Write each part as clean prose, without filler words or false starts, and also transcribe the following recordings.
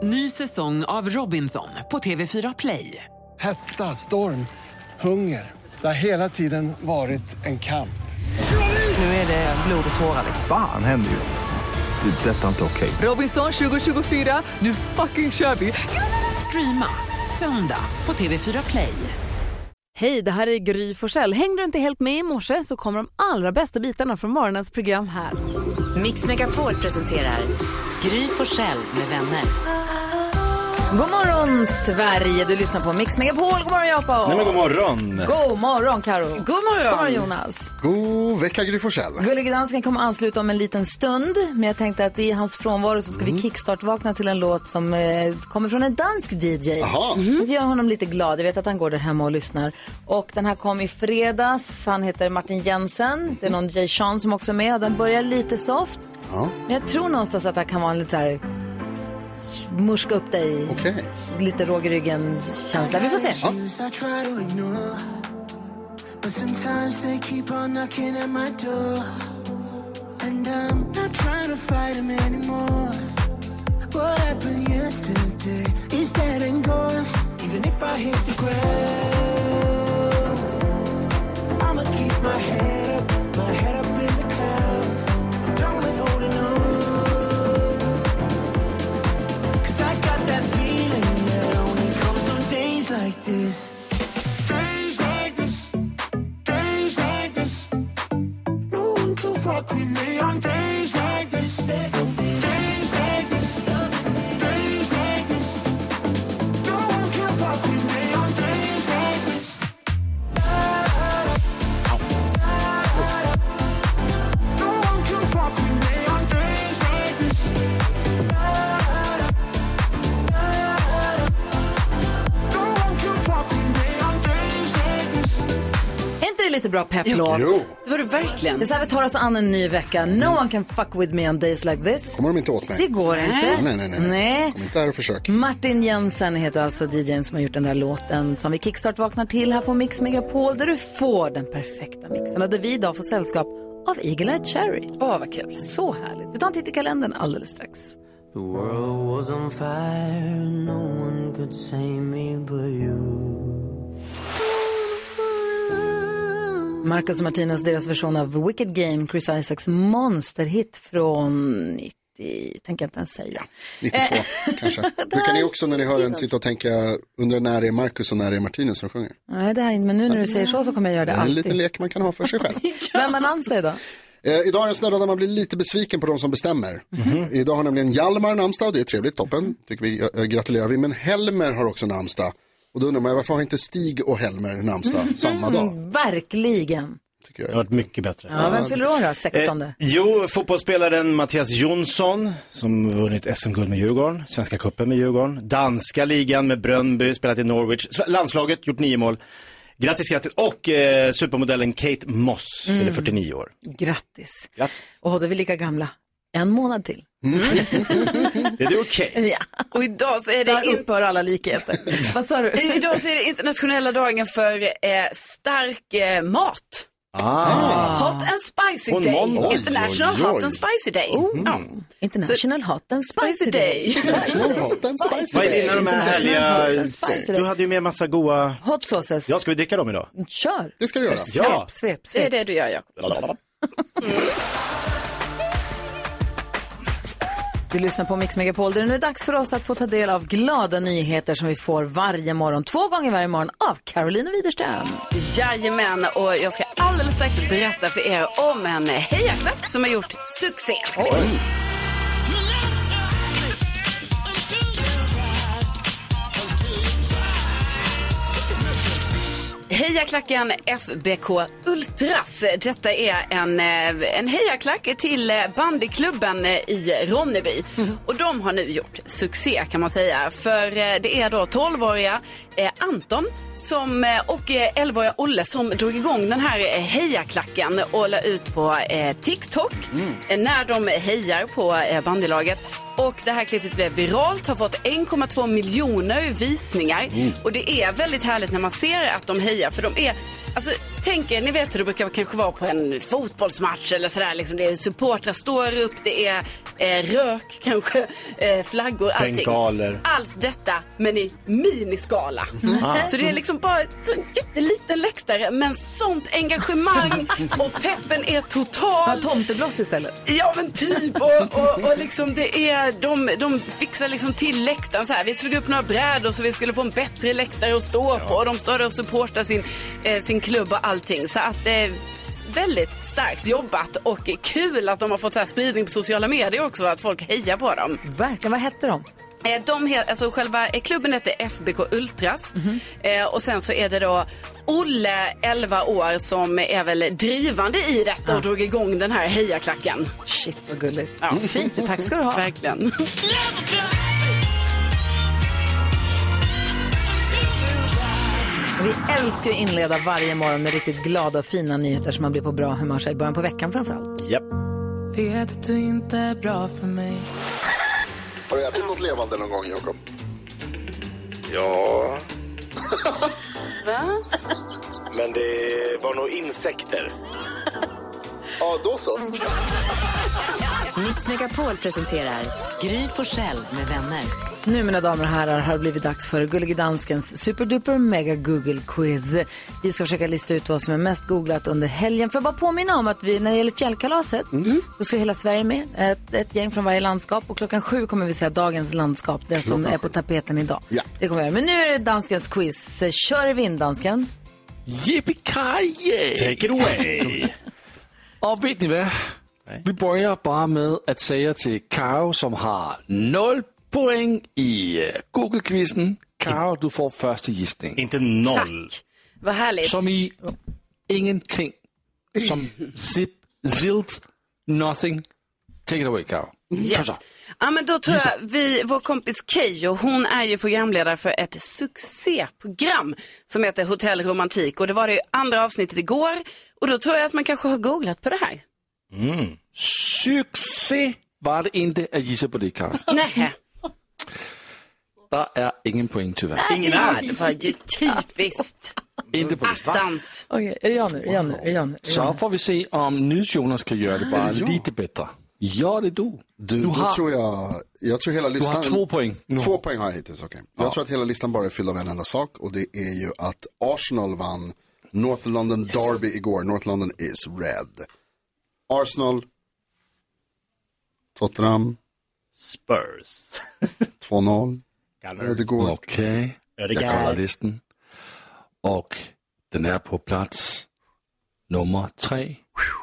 Ny säsong av Robinson på TV4 Play. Hetta, storm, hunger. Det har hela tiden varit en kamp. Nu är det blod och tårar. Fan händer just nu. Det är detta inte okej. Robinson 2024, nu fucking kör vi. Streama söndag på TV4 Play. Hej, det här är Gry Forssell. Hängde du inte helt med i morse så kommer de allra bästa bitarna från morgonens program här. Mix Megapol presenterar Gry Forssell med vänner. God morgon Sverige, du lyssnar på Mix Megapol. God morgon Jakob. Nej men god morgon. God morgon Karo. God morgon. God morgon Jonas. God vecka Gry Forssell. Gullige dansken kommer ansluta om en liten stund. Men jag tänkte att i hans frånvaro så ska vi kickstart-vakna till en låt som kommer från en dansk DJ. Jaha. Det gör honom lite glad. Jag vet att han går där hemma och lyssnar. Och den här kom i fredags. Han heter Martin Jensen. Det är någon Jay Sean som också är med. Och den börjar lite soft. Ja. Men jag tror någonstans att det kan vara en lite så här muska upp dig. Okay. Lite råg i ryggen känsla. Vi får se. Ja. But sometimes they keep on knocking at my door. And I'm not trying to fight them anymore. What happened yesterday is dead and gone. Even if I hit the ground, I'ma keep my head up in the clouds. Done with holding on. Like this, days like this, days like this. No one can fuck with me on days like this, days like this, days like this. No one can fuck with me on days like this. No one can fuck with me on days like this. Inte det lite bra pepplåt? Jo. Det var det verkligen. Det är så här vi tar oss an en ny vecka. No one can fuck with me on days like this. Kommer de inte åt mig? Det går inte. Nej. Kom inte här och försök. Martin Jensen heter alltså DJn som har gjort den där låten som vi kickstart vaknar till här på Mix Megapol, där du får den perfekta mixen. Och där vi idag får sällskap av Eagle Eye Cherry. Vad kul. Så härligt. Vi tar en titt i kalendern alldeles strax. The world was on fire, no one could save me but you. Marcus och Martinus, deras version av Wicked Game, Chris Isaacs monsterhit från 90, tänker jag inte ens säga. 92 kanske. Brukar ni också när ni hör en sitta och tänka under när det är Marcus och när det är Martinus som sjunger? Nej, det här, men nu när du säger så kommer jag göra det alltid. Det är en liten lek man kan ha för sig själv. Vem har namnsdag idag? Idag är en snödag där man blir lite besviken på de som bestämmer. Idag har nämligen Hjalmar namnsdag och det är trevligt, toppen. Tycker vi, gratulerar vi. Men Helmer har också namnsdag. Och då undrar man, varför har inte Stig och Helmer namnsdag samma dag? Verkligen. Det har varit mycket bättre. Ja, vem fyller år då? 16? Jo, fotbollsspelaren Mattias Jonsson som vunnit SM-guld med Djurgården, Svenska cupen med Djurgården, danska ligan med Brøndby, spelat i Norwich, landslaget, gjort 9 mål. Grattis. Och supermodellen Kate Moss fyller 49 år. Grattis. Och då är vi lika gamla. En månad till. Är det okej? Ja. Och idag så är det upphör alla likheter. Vad sa du? Idag så är det internationella dagen för stark mat. Hot and spicy day. International hot and spicy day. International hot and spicy day. International hot and spicy Vad är day. dina de här härliga... Du hade ju med massa goa... Hot sauces. Ja, ska vi dricka dem idag? Kör. Det ska du göra. Ja. Svep. Det är det du gör, Jakob. Du lyssnar på Mix Megapol. Det är nu dags för oss att få ta del av glada nyheter som vi får varje morgon. 2 gånger varje morgon av Carolina Widerström. Jajamän, och jag ska alldeles strax berätta för er om en hejaklack som har gjort succé. Oj. Hejaklacken FBK Ultras. Detta är en hejaklack till bandyklubben i Ronneby. Och de har nu gjort succé kan man säga. För det är då 12-åriga Anton och 11-åriga Olle som drog igång den här hejaklacken och la ut på TikTok när de hejar på bandylaget. Och det här klippet blev viralt, har fått 1,2 miljoner visningar. Och det är väldigt härligt när man ser att de hejar, för de är Alltså, tänk er, ni vet hur det brukar kanske vara på en fotbollsmatch eller sådär. Liksom, det är supportrar står upp, det är rök kanske, flaggor, allting. Bengaler. Allt detta, men i miniskala. Så det är liksom bara en jätteliten läktare, men sånt engagemang och peppen är total. Tomtebloss istället. Ja, men typ. Och liksom det är, de fixar liksom till läktaren så här. Vi slog upp några brädor så vi skulle få en bättre läktare att stå på. Och de står där och supportar sin klubb och allting. Så att väldigt starkt jobbat och kul att de har fått så här spridning på sociala medier också, att folk hejar på dem. Verkligen, vad hette de? Själva klubben heter FBK Ultras. Och sen så är det då Olle, 11 år, som är väl drivande i detta och drog igång den här hejaklacken. Shit, vad gulligt. Ja. Fint, tack ska du ha. Verkligen. Vi älskar att inleda varje morgon med riktigt glada och fina nyheter som man blir på bra humör sig i början på veckan framförallt. Japp. Vet att du inte är bra för mig. Har du ätit något levande någon gång, Jakob? Ja. Va? Men det var nog insekter. Ja, då så. Mix Megapol presenterar Gry Forssell med vänner. Nu, mina damer och herrar, har det blivit dags för Gullige Danskens superduper mega Google quiz. Vi ska försöka lista ut vad som är mest googlat under helgen. För bara påminna om att vi, när det gäller fjällkalaset, då ska hela Sverige med. Ett gäng från varje landskap. Och 7:00 kommer vi säga dagens landskap, det som är på tapeten idag. Ja. Det kommer vi göra. Men nu är det Danskens quiz. Kör vi in, Dansken. Yippee-ki-yay! Take it away. Och vet ni vad? Vi börjar bara med att säga till Karo, som har 0 poäng i Google-quizzen. Karo, du får första gissning. Inte 0. Tack. Vad härligt. Som i ingenting. Som zip, zilt, nothing. Take it away, Karo. Yes. Ja, men då tror jag vår kompis Keyyo, hon är ju programledare för ett succéprogram som heter Hotell Romantik. Och det var det andra avsnittet igår. Och då tror jag att man kanske har googlat på det här. Succé var det inte att gissa på det, Karo. Nej. Der är ingen poäng tyvärr. Ingen alls. Det var ju typiskt. Inte på listan. Attans. Okej, är det jag nu? Så får vi se om NyhetsJonas kan göra det bara lite bättre. Ja, det är du. Du har, tror jag tror hela listan... Du har 2 poäng. 2 poäng har jag hittills, okej. Jag tror att hela listan bara är fylld av en enda sak, och det är ju att Arsenal vann North London Derby igår. North London is red. Arsenal, Tottenham, Spurs. 2-0. Ödegård. Okej, jag kollar listan. Och den är på plats nummer 3.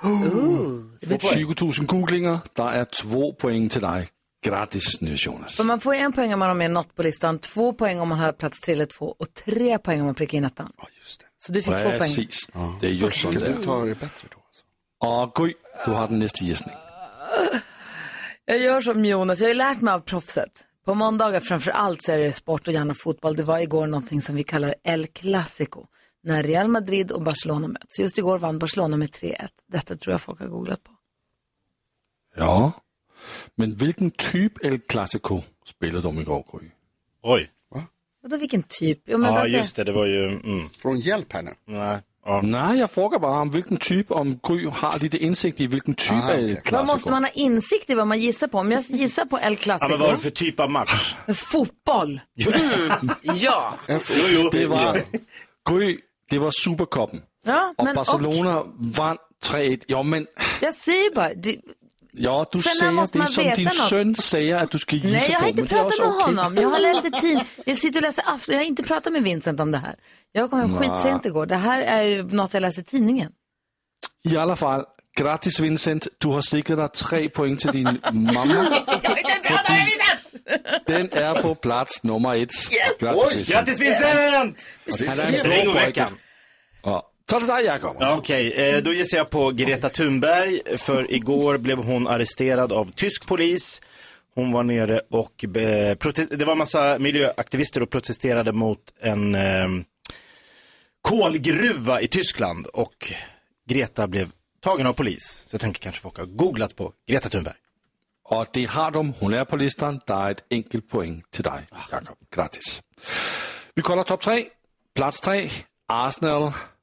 20 000 googlingar. Där är 2 poäng till dig. Grattis, NyhetsJonas. För man får 1 poäng om man har med något på listan, 2 poäng om man har plats 3 eller 2 och 3 poäng om man prickar in ettan. Ja, just det. Så du fick 2 poäng. Precis, det är just sånt Ska där. du ta det bättre då? Alltså? Och Gry, du har den nästa gissning. Jag gör som Jonas, jag har ju lärt mig av proffset. På måndagar framför allt så är det sport och gärna fotboll. Det var igår någonting som vi kallar El Clasico. När Real Madrid och Barcelona möts. Just igår vann Barcelona med 3-1. Detta tror jag folk har googlat på. Ja, men vilken typ El Clasico spelade de igår, Gry? Oj. Vadå vilken typ? Jo, men Ja, alltså, just det var ju... Från hjälp här nu. Nej. Ja. Nej, jag frågar bara om vilken typ, om Gry har lite insikt i vilken typ av El Clasico. vad måste man ha insikt i vad man gissar på? Om jag gissar på El Ja, Clasico. men vad är det för typ av match? Fotboll. Ja. Jo. Det var, Gry, det var Supercupen. Ja, Och men Barcelona vann 3-1. Ja, men... jag säger bara... Ja, du Sen säger måste det man som veta din något. son säger att du ska gissa på. Nej, jag har inte men det är pratat med också okej. honom. Jag har läst i tid. Jag sitter och läser afton. Jag har inte pratat med Vincent om det här. Jag kom hem skitsent igår. Det här är ju något jag läser i tidningen. I alla fall, grattis Vincent. Du har säkrat 3 poäng till din mamma. Jag har inte pratat med Vincent! Den är på plats nummer 1. Grattis Vincent. Grattis Vincent! Han är en Ring och bra veckan. pojke. Ja. Ta det där, Jakob. Ja, okej, då gissar jag på Greta Thunberg. För igår blev hon arresterad av tysk polis. Hon var nere och det var en massa miljöaktivister och protesterade mot en kolgruva i Tyskland. Och Greta blev tagen av polis. Så jag tänker kanske folk har googlat på Greta Thunberg. Och det har de. Hon är på listan. Det är ett enkelt poäng till dig, Jakob. Grattis. Vi kollar topp 3. Plats 3. Arsenal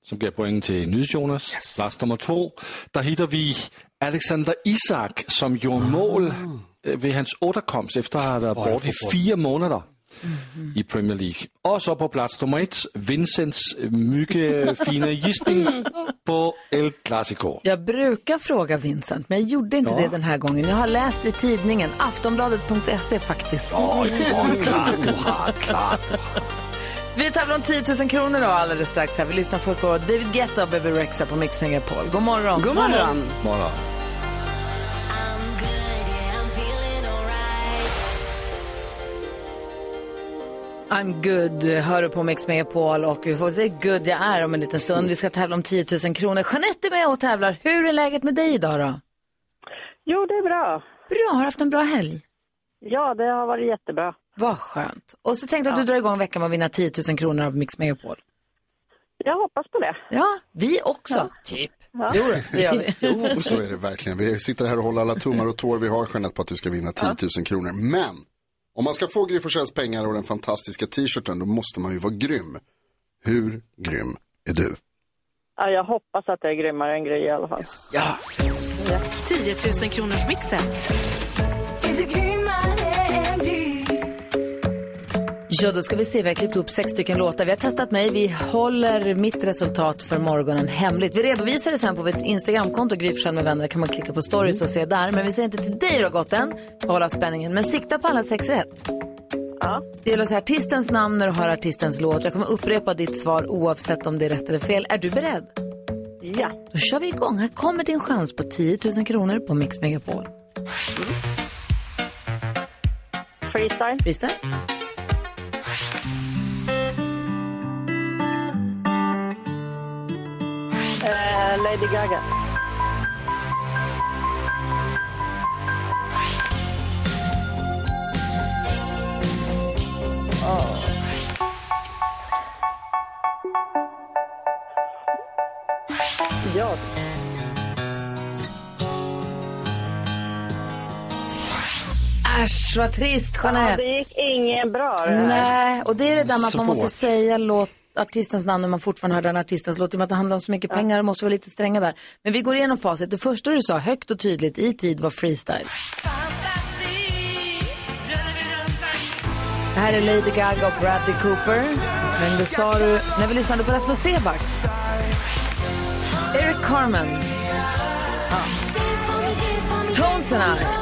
som gav poäng till NyhetsJonas. Yes. Plats nummer 2, där hittar vi Alexander Isak som gjorde mål vid hans återkomst efter att ha varit bort i 4 månader i Premier League. Och så på plats nummer 1, Vincents mycket fina gissning på El Clasico. Jag brukar fråga Vincent, men jag gjorde inte det den här gången. Jag har läst i tidningen, aftonbladet.se faktiskt. Klart. Vi tävlar om 10 000 kronor då alldeles strax här. Vi lyssnar först på David Guetta och Bebe Rexha på Mix Megapol. God morgon. God morgon. Morgon. I'm good, hör du på Mix Megapol och vi får se good jag är om en liten stund. Vi ska tävla om 10 000 kronor. Jeanette är med och tävlar. Hur är läget med dig idag då? Jo, det är bra. Bra, har du haft en bra helg? Ja, det har varit jättebra. Vad skönt. Och så tänkte jag att du drar igång veckan med att vinna 10 000 kronor av Mix Megapol. Jag hoppas på det. Ja, vi också. Ja. Typ. Ja. Jo, det gör vi. Jo, så är det verkligen. Vi sitter här och håller alla tummar och tår vi har Jeanette på att du ska vinna 10 000 kronor. Men om man ska få Gry Forssells pengar och den fantastiska t-shirten, då måste man ju vara grym. Hur grym är du? Ja, jag hoppas att det är grymmare än Gry i alla fall. Yes. Ja. 10 000 kronors mixen. Ja, då ska vi se. Vi har klippt upp 6 stycken låtar. Vi har testat mig. Vi håller mitt resultat för morgonen hemligt. Vi redovisar det sen på vårt Instagramkonto. Gry Forssell med vänner. Kan man klicka på stories och se där. Men vi säger inte till dig då, Gotten. Hålla spänningen. Men sikta på alla 6 rätt. Ja. Det gäller så här, artistens namn när du hör artistens låt. Jag kommer upprepa ditt svar oavsett om det är rätt eller fel. Är du beredd? Ja. Då kör vi igång. Här kommer din chans på 10 000 kronor på Mix Megapol. Freestyle. Freestyle. Lady Gaga. Ja. Äsch, vad trist, Jeanette. Ja, det gick ingen bra det här. Nej, och det är det där med att man Svårt. måste säga artistens namn när man fortfarande hör den artistens låt. I och med att det handlar om så mycket pengar, det måste vara lite stränga där. Men vi går igenom facit. Det första du sa högt och tydligt i tid var freestyle. Det här är Lady Gaga och Bradley Cooper. Men det sa du när vi lyssnade på Rasmus Seback. Eric Carmen. Tones and I.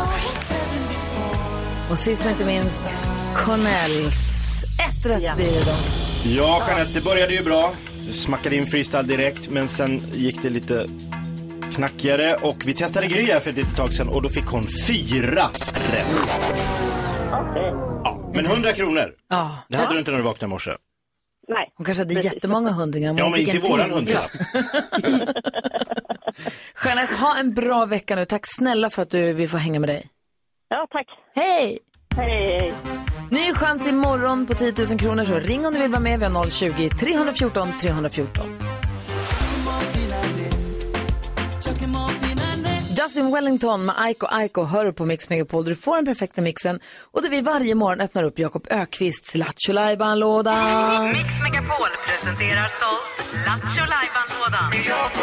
Och sist men inte minst Cornells. 1 rätt blir det då. Ja, Jeanette, det började ju bra. Du smackade in freestyle direkt, men sen gick det lite knackigare. Och vi testade Gry här för ett litet tag sedan och då fick hon 4 rätt. Okej. Ja, men 100 kronor. Ja. Det hade du inte när du vaknade i morse. Nej. Hon kanske hade jättemånga hundringar. Ja, men inte våran 100. Jeanette, ha en bra vecka nu. Tack snälla för att vi får hänga med dig. Ja, tack. Hej! Hej. Ny chans imorgon på 10 000 kronor. Så ring om du vill vara med. Vi har 020-314 314. Justin Wellington med Aiko hör på Mix Megapol. Du får den perfekta mixen. Och där vi varje morgon öppnar upp Jakob Ökvists Lattjo Lajban-låda. Mix Megapol presenterar stolt Lattjo Lajban-lådan.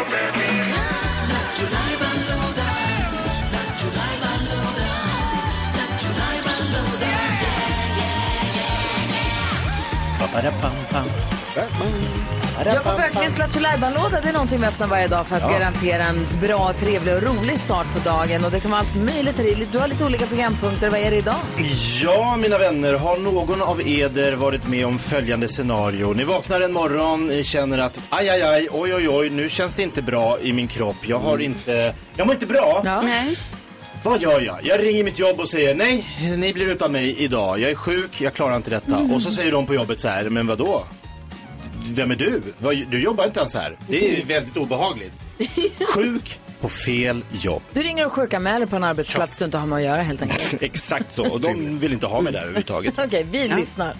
Jakob Ökvists Lattjo Lajban-låda, det är någonting vi öppnar varje dag för att garantera en bra, trevlig och rolig start på dagen. Och det kan vara allt möjligt. Du har lite olika programpunkter. Vad är det idag? Ja, mina vänner, har någon av eder varit med om följande scenario? Ni vaknar en morgon, ni känner att aj, oj, nu känns det inte bra i min kropp. Jag mår inte bra. Ja. Nej. Vad gör jag? Jag ringer mitt jobb och säger nej, ni blir utan mig idag. Jag är sjuk, jag klarar inte detta. Och så säger de på jobbet så här, men vadå? Vem är du? Du jobbar inte ens här. Det är väldigt obehagligt. Sjuk på fel jobb. Du ringer och sjukanmäler på en arbetsplats du inte har med att göra helt enkelt. Exakt så. Och de vill inte ha mig där överhuvudtaget. Okej, vi lyssnar.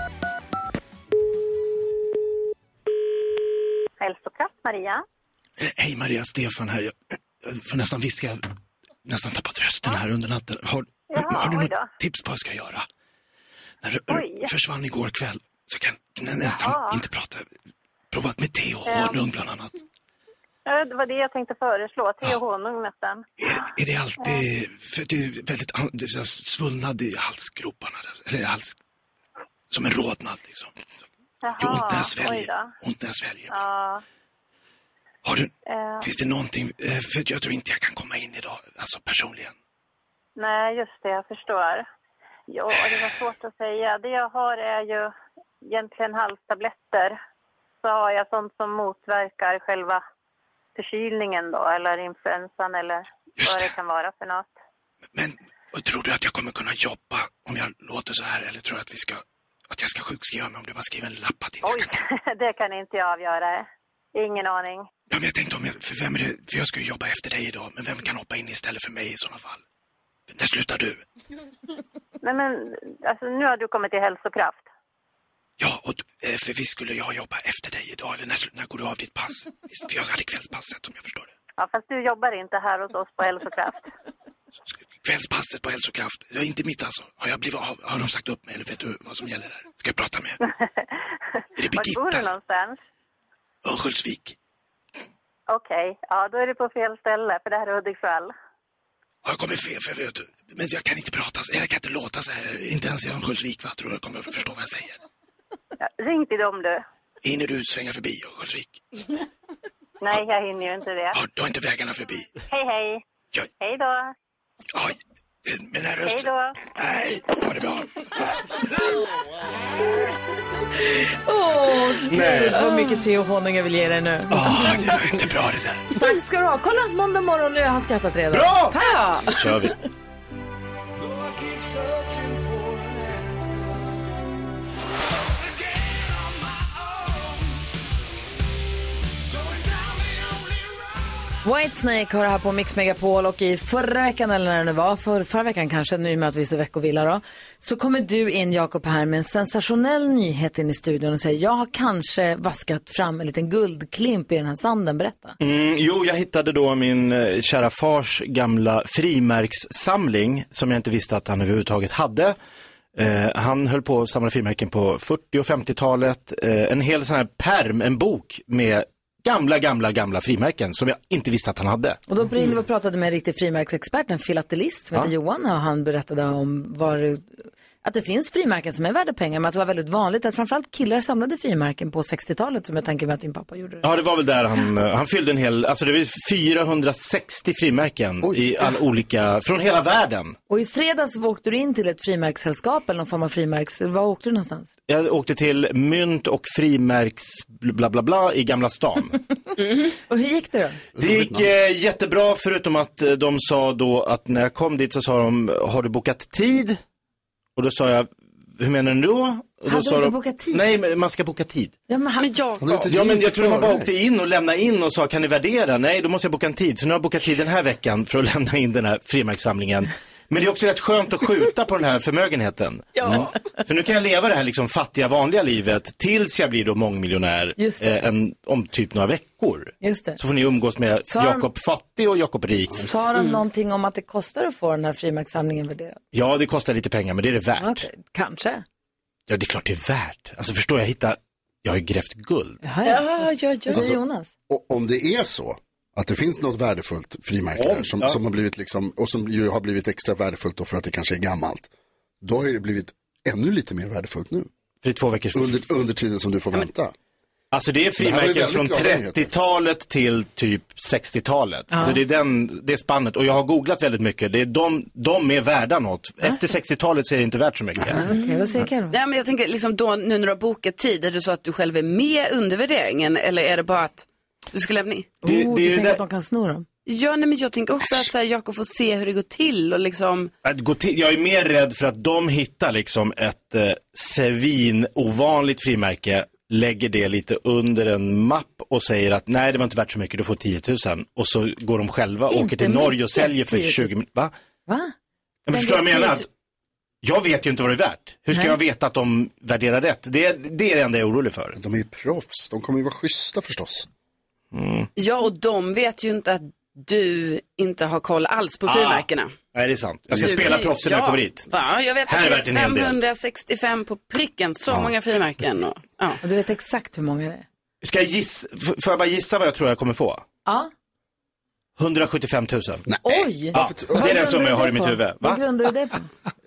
Hälsokraft, Maria. Hej Maria, Stefan här. Jag får nästan viska. Nästan tappat rösten här under natten. Har du något tips på vad jag ska göra? När du försvann igår kväll så kan jag nästan inte prata. Provat med te och honung bland annat. Ja, det var det jag tänkte föreslå. Te och honung nästan. Är det alltid, för det är väldigt det är så svullnad i halsgroparna, eller som en rodnad liksom. Jaha, ont när jag sväljer. Ja. Har du, finns det någonting, för jag tror inte jag kan komma in idag, alltså personligen. Nej, just det, jag förstår. Ja, det var svårt att säga. Det jag har är ju egentligen halstabletter. Så har jag sånt som motverkar själva förkylningen då, eller influensan eller vad det kan vara för något. Men tror du att jag kommer kunna jobba om jag låter så här, eller tror du att jag ska sjukskriva mig om du bara skriver en lapp att inte jag kan komma? Det kan inte jag avgöra. Ingen aning. Ja, men jag tänkte för jag ska ju jobba efter dig idag, men vem kan hoppa in istället för mig i sådana fall? När slutar du? Nej, men alltså, nu har du kommit till Hälsokraft. Ja, och för vi skulle jag jobba efter dig idag, eller när går du av ditt pass? För jag hade kvällspasset, om jag förstår det. Ja, fast du jobbar inte här hos oss på Hälsokraft. Kvällspasset på Hälsokraft, det är inte mitt alltså. Har de sagt upp mig, eller vet du vad som gäller där? Ska jag prata med? Är det Birgitta? Var bor du någonstans? Örnsköldsvik. Okej, ja då är det på fel ställe, för det här är Hudiksvall. Ja, jag kommer fel, för vet du. Men jag kan inte prata, jag kan inte låta så här. Inte ens i Örnsköldsvik, va? Tror jag kommer förstå vad jag säger. Ja, ring till dem du. Hinner du svänga förbi Örnsköldsvik? Nej, jag hinner ju inte det. Ja, du har inte vägarna förbi. Hej. Ja. Hej då. Oj, med den här rösten. Hej då. Nej, ha det bra. Gud, vad mycket te och honung jag vill ge dig nu. Det var inte bra det där. Tack ska du ha. Kolla, måndag morgon nu har han skrattat redan. Bra! Tack! Så kör vi. Whitesnake har det här på Mix Megapol, och i förra veckan, eller när det nu var, förra veckan kanske, nu med att vi är så veckovila då, så kommer du in, Jakob, här med en sensationell nyhet in i studion och säger, jag har kanske vaskat fram en liten guldklimp i den här sanden, berätta. Jo, jag hittade då min kära fars gamla frimärkssamling som jag inte visste att han överhuvudtaget hade. Han höll på att samla frimärken på 40- och 50-talet, en hel sån här pärm, en bok med gamla frimärken som jag inte visste att han hade. Och då ringde vi och pratade med en riktig frimärksexpert, en filatelist som heter Johan, och han berättade om att det finns frimärken som är värda pengar, men att det var väldigt vanligt att framförallt killar samlade frimärken på 60-talet, som jag tänker mig att din pappa gjorde det. Ja, det var väl där han fyllde en hel, alltså det var 460 frimärken i all olika, från hela världen. Och i fredags åkte du in till ett frimärkssällskap eller någon form av frimärks, var åkte du någonstans? Jag åkte till mynt och frimärks bla bla bla i Gamla stan. Och hur gick det då? Det gick jättebra, förutom att de sa då att när jag kom dit så sa de, har du bokat tid? Och då sa jag, hur menar du då? Och hade då du inte bokat tid? Nej, men man ska boka tid. Ja, men jag tror man bara åkte in och lämnade in och sa, kan ni värdera? Nej, då måste jag boka en tid. Så nu har jag bokat tid den här veckan för att lämna in den här frimärkssamlingen. Men det är också rätt skönt att skjuta på den här förmögenheten. Ja. För nu kan jag leva det här liksom fattiga vanliga livet tills jag blir då mångmiljonär om typ några veckor. Just det. Så får ni umgås med Jakob Fattig och Jakob Rik. Sa de någonting om att det kostar att få den här frimärkssamlingen värderad? Ja, det kostar lite pengar, men det är det värt. Okay. Kanske. Ja, det är klart det är värt. Alltså förstår jag har ju grävt guld. Ja. Alltså, Jonas. Och om det är så att det finns något värdefullt frimärke där som har blivit liksom, och som ju har blivit extra värdefullt då för att det kanske är gammalt, då har det blivit ännu lite mer värdefullt nu. För det är 2 veckors... under tiden som du får vänta. Alltså det är frimärken från 30-talet till typ 60-talet. Ja. Så det är det spannet. Och jag har googlat väldigt mycket. Det är de är värda något. Efter 60-talet så är det inte värt så mycket. Okej, vad säger Karo? Ja, men jag tänker liksom då, nu när du har bokat tid, är det så att du själv är med under värderingen? Eller är det bara att du ska lämna in? Du tänker att de kan sno dem? Ja, nej, men jag tänker också att så här, Jakob får se hur det går till och liksom... Jag är mer rädd för att de hittar liksom ett ovanligt frimärke, lägger det lite under en mapp och säger att nej, det var inte värt så mycket, du får 10 000. Och så går de själva och åker till Norge och säljer för 20 000. Va? Jag förstår vad jag menar. Jag vet ju inte vad det är värt. Hur ska jag veta att de värderar rätt? Det är det enda jag är orolig för. De är ju proffs, de kommer ju vara schyssta förstås. Ja, och de vet ju inte att du inte har koll alls på frimärkena. Nej, det är sant. Jag ska spela proffsen när jag kommer dit. Ja, jag vet att det är 565 på pricken, så många frimärken. Och du vet exakt hur många det är. Ska jag gissa, får jag bara gissa vad jag tror jag kommer få? Ja. 175 000. Nej. Oj! Ja, det är den som jag har i mitt huvud. Vad grundar du det på?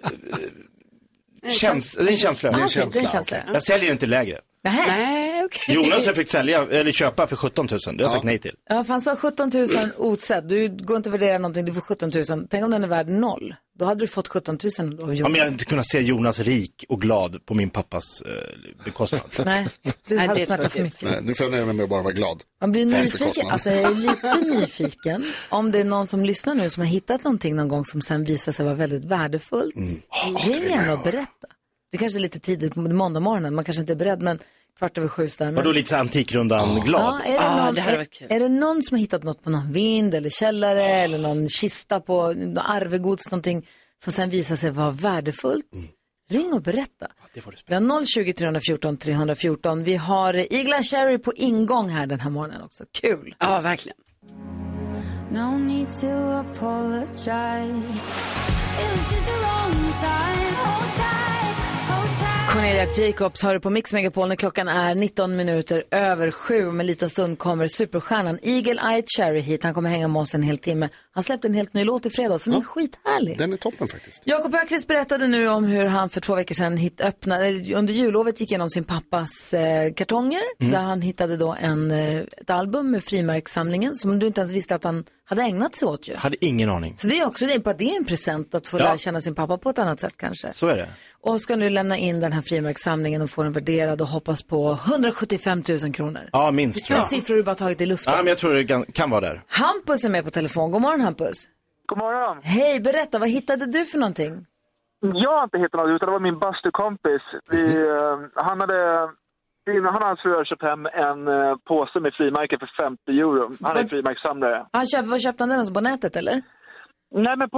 Det är en känsla. Det är en känsla. Jag säljer inte lägre. Nej, okej. Jonas har fick köpa för 17 000. Det har jag sagt nej till. Ja, fan så 17 000 otsett. Du går inte att värdera någonting, du får 17 000. Tänk om den är värd 0. Då hade du fått 17 000 av Jonas. Ja, men jag hade inte kunnat se Jonas rik och glad på min pappas bekostnad. Nej, det hade smärtat för mycket. Nej, du får nöja mig med att bara vara glad. Man blir nyfiken, alltså jag är lite nyfiken. Om det är någon som lyssnar nu som har hittat någonting någon gång som sen visar sig vara väldigt värdefullt. Ring gärna och berätta. Det kanske är lite tidigt på måndag morgonen, man kanske inte är beredd, men 6:15 där. Och då lite så Antikrundan glad. Ja, är det någon som har hittat något på någon vind eller källare eller någon kista på arvegods, någonting som sen visar sig vara värdefullt? Ring och berätta. Vi har 020-314-314. Vi har Igla Cherry på ingång här den här morgonen också. Kul. Ja, verkligen. No need to apologize. It was just the wrong time. Hold tight, hold tight. Cornelia Jacobs hör på Mix Megapol när klockan är 19:19. Om en liten stund kommer superstjärnan Eagle Eye Cherry hit. Han kommer hänga med oss en hel timme. Han släppte en helt ny låt i fredags som är skithärlig. Den är toppen faktiskt. Jakob Öqvist berättade nu om hur han för 2 veckor sedan under jullovet gick igenom sin pappas kartonger. Där han hittade då ett album med frimärkssamlingen som du inte ens visste att han hade ägnat sig åt ju. Hade ingen aning. Så det är också det är en present att få lära känna sin pappa på ett annat sätt kanske. Så är det. Och ska nu lämna in den här frimärkssamlingen och få den värderad och hoppas på 175 000 kronor. Ja, minst tror jag. En siffra du bara tagit i luften. Ja, men jag tror det kan vara där. Hampus är med på telefon. God morgon Hampus. God morgon. Hej, berätta, vad hittade du för någonting? Jag har inte hittat något, utan det var min bastukompis. Han och hans fru köpt hem en påse med frimärken för 50 euro. Han är frimärkssamlare. Vad köpte han den alltså på nätet eller? Nej, men på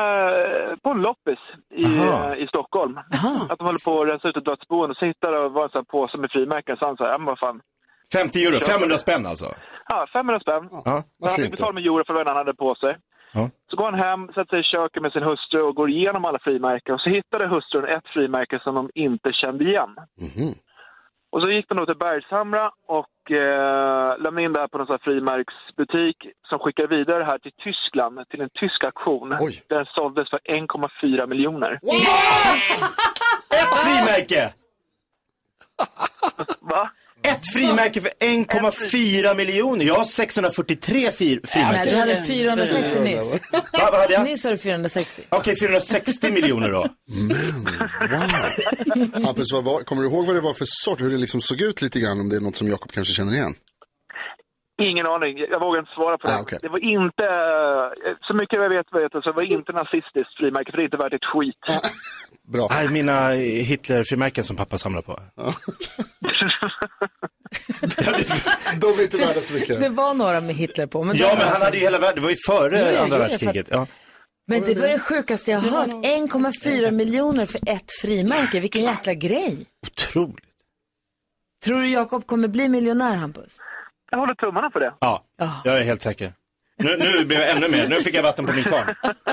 en loppis i Stockholm. Att de håller på att rensa ut ett dödsboende. Så hittade det var en sån här påse med frimärken. Så han sa, ja men vad fan. 50 euro, 500 spänn alltså? Ja, 500 spänn. Ja, han fick betala med euro för vad han hade på sig. Ja. Så går han hem, sätter sig i köket med sin hustru och går igenom alla frimärken. Och så hittade hustrun ett frimärke som de inte kände igen. Och så gick de då till Bergshamra och lämnade in det här på någon sån här frimärksbutik som skickade vidare här till Tyskland, till en tysk auktion. Den såldes för 1,4 miljoner. Wow! Ett frimärke! Va? Ett frimärke för 1,4 miljoner. Jag har 643 frimärken. Nej, du hade 460 nyss. Vad hade jag? Nyss har du 460. Okej, 460 miljoner då. Wow. Hampus, kommer du ihåg vad det var för sort? Hur det liksom såg ut lite grann, om det är något som Jakob kanske känner igen? Ingen aning, jag vågar inte svara på det. Okay. Det var inte, så mycket jag vet så det var inte nazistiskt frimärke, för det är inte värt ett skit. Bra. Här är mina Hitler-frimärken som pappa samlar på. De är inte värda så mycket. Det var några med Hitler på. Men men han hade ju hela världen, det var ju före andra världskriget. Ja. Men det var det sjukaste jag har hört. 1,4 miljoner för ett frimärke, vilken jäkla grej. Otroligt. Tror du Jakob kommer bli miljonär, Hampus? Jag håller tummarna för det. Ja, jag är helt säker. Nu blir jag ännu mer. Nu fick jag vatten på min kvarn.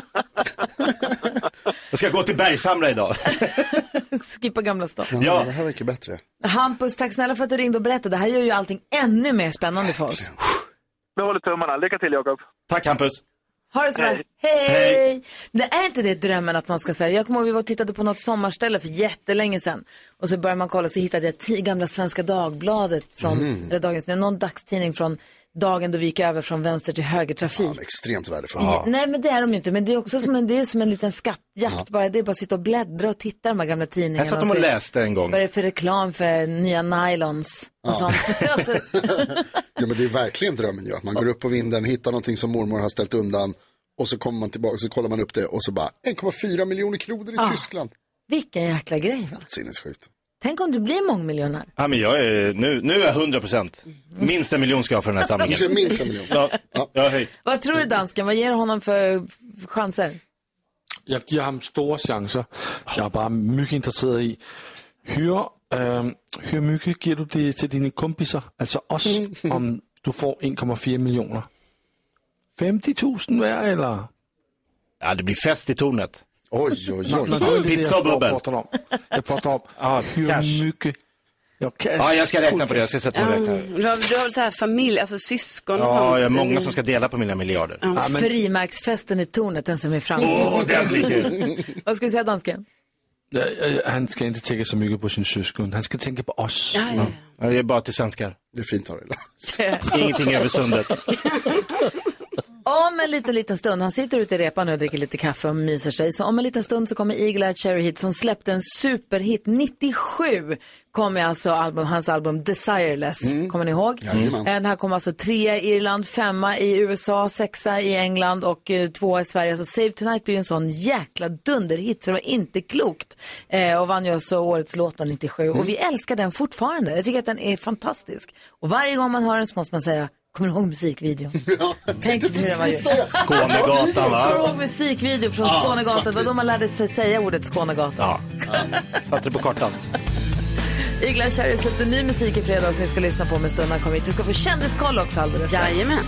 Jag ska gå till Bergshamra idag. Skippa Gamla stan. Ja, det här verkar bättre. Hampus, tack snälla för att du ringde och berättade. Det här gör ju allting ännu mer spännande för oss. Jag håller tummarna. Lycka till, Jakob. Tack, Hampus. Ha det så bra. Hej! Det är inte det drömmen att man ska säga. Jag kommer ihåg vi var och tittade på något sommarställe för jättelänge sedan. Och så började man kolla, så hittade jag 10 gamla Svenska Dagbladet från, eller någon dagstidning från dagen då vi gick över från vänster till högertrafik. Ja, extremt värdefullt. Ja. Nej, men det är de inte. Men det är också som en liten skattjakt. Bara. Det är bara att sitta och bläddra och titta de här gamla tidningarna. Jag satt dem och läste en gång. Vad är det för reklam för nya nylons och sånt? Ja, men det är verkligen drömmen ju. Att man går upp på vinden, hittar någonting som mormor har ställt undan. Och så kommer man tillbaka, så kollar man upp det och så bara 1,4 miljoner kronor i Tyskland. Vilken jäkla grej, va? Sinnessjukt. Tänk om du blir mångmiljonär. Ja, men jag är, nu är jag 100%. Minst 1 miljon ska jag för den här samlingen. Du ska minst 1 miljon. Ja, jag har höjt. Vad tror du, dansken? Vad ger du honom för chanser? Jag ger honom stora chanser. Jag är bara mycket intresserad i hur mycket ger du det till dina kompisar? Alltså oss, om du får 1,4 miljoner. 50 000 var eller? Ja, det blir fest i tornet. Oj. Pizza och bubbel. Jag pratar om hur mycket jag ska räkna på det. Jag ska sätta mig och räkna. Du har så här familj, alltså syskon och sånt. Ja, jag har många som ska dela på mina miljarder. Ja, men... Frimärksfesten i tornet, den som är framme. Den blir Vad ska vi säga, dansken? Han ska inte tänka så mycket på sin syskon. Han ska tänka på oss. Ja, det är bara till svenskar. Det är fint av dig. Ingenting över sundet. Om en liten stund, han sitter ute i repan och dricker lite kaffe och myser sig. Så om en liten stund så kommer Eagle Eye Cherry Hit som släppte en superhit 97. Kommer alltså hans album Desireless. Kommer ni ihåg? Den här kom alltså 3 i Irland, 5 i USA, 6 i England och 2 i Sverige. Så Save Tonight blir en sån jäkla dunderhit så det var inte klokt. Och vann ju så årets låt 97. Och vi älskar den fortfarande. Jag tycker att den är fantastisk. Och varje gång man hör den så måste man säga... Kommer du ihåg musikvideon? Tänk på det var ju. Skånegatan, va? Kommer du ihåg musikvideo från Skånegatan? Det var då man lärde sig säga ordet Skånegatan. Satte det på kartan. Eagle Eye Cherry släppte ny musik i fredag som vi ska lyssna på med stunden kommer hit. Du ska få kändiskoll också alldeles strax. Jajamän.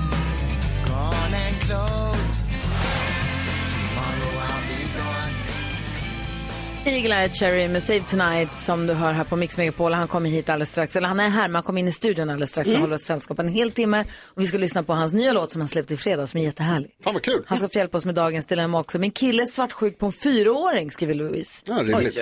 Eagle Eye Cherry med Save Tonight som du hör här på Mix Megapol. Han kommer hit alldeles strax. Eller han är här, men han kommer in i studion alldeles strax och håller oss sällskap en hel timme. Och vi ska lyssna på hans nya låt som han släppte i fredags som är jättehärlig. Fan vad kul. Han ska få hjälpa oss med dagens dilemma också. Min kille är svartsjuk på en 4-åring, skriver Louise. Ja, rimligt.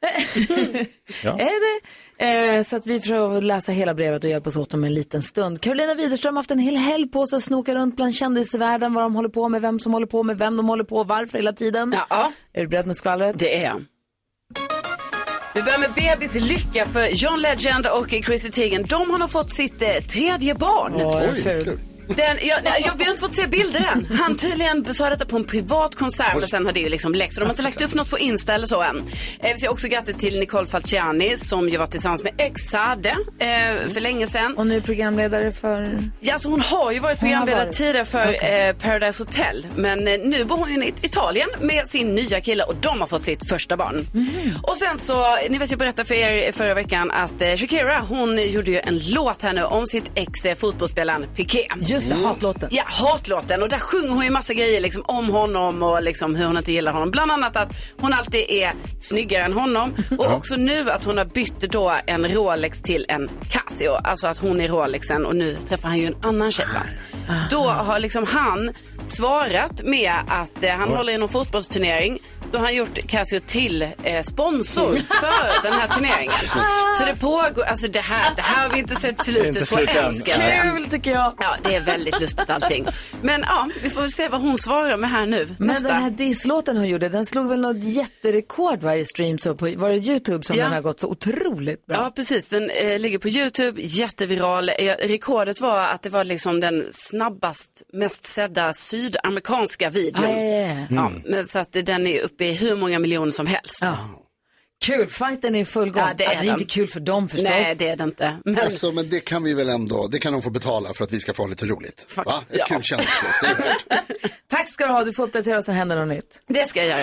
Är det? Så att vi får läsa hela brevet och hjälpa oss åt om en liten stund. Carolina Widerström har haft en hel helg på sig att snoka runt bland kändisvärlden. Vad de håller på med, vem som håller på med, vem de håller på, varför hela tiden. Ja. Är du beredd med skvallret? Det är jag. Vi börjar med bebis lycka för John Legend och Chrissy Teigen. De har nog fått sitt 3:e barn. Vi har inte fått se bilder än. Han tydligen sa detta på en privat konsert. Men sen har det ju liksom läckt. Så de har inte lagt upp något på Insta eller så än. Vi säger också grattis till Nicole Falciani som ju var tillsammans med Ex-Sade för länge sedan. Och nu är programledare för... Ja, så hon har ju varit programledare tidigare för Paradise Hotel. Men nu bor hon i Italien med sin nya kille och de har fått sitt första barn. Och sen så, ni vet jag berättade för er förra veckan att Shakira, hon gjorde ju en låt här nu om sitt ex-fotbollsspelaren Piqué. Just det, hatlåten. Ja, hatlåten. Och där sjunger hon ju massa grejer liksom, om honom och liksom, hur hon inte gillar honom. Bland annat att hon alltid är snyggare än honom. Och också nu att hon har bytt då en Rolex till en Casio. Alltså att hon är Rolexen och nu träffar han ju en annan tjej. Då har liksom han svarat med att han håller i någon fotbollsturnering. Då har han gjort Casio till sponsor för den här turneringen. Så det pågår, alltså det här har vi inte sett slutet på än, ska jag säga. Kul tycker jag. Ja, det är väldigt lustigt allting. Men ja, vi får väl se vad hon svarar med här nu. Men den här disslåten hon gjorde, den slog väl något jätterekord varje stream så på, var det YouTube som den har gått så otroligt bra? Ja, precis. Den ligger på YouTube, jätteviral. Rekordet var att det var liksom den snabbast, mest sedda sydamerikanska videon. Ja, så att den är uppe i hur många miljoner som helst. Ja. Kul, fighten är full gång. Ja, det är inte kul för dem förstås. Nej, det är det inte. Men... Alltså, men det kan vi väl ändå, det kan de få betala för att vi ska få lite roligt. Va? Ett kul känsla. Tack ska du ha, du får uppdatera oss när händer något nytt. Det ska jag göra.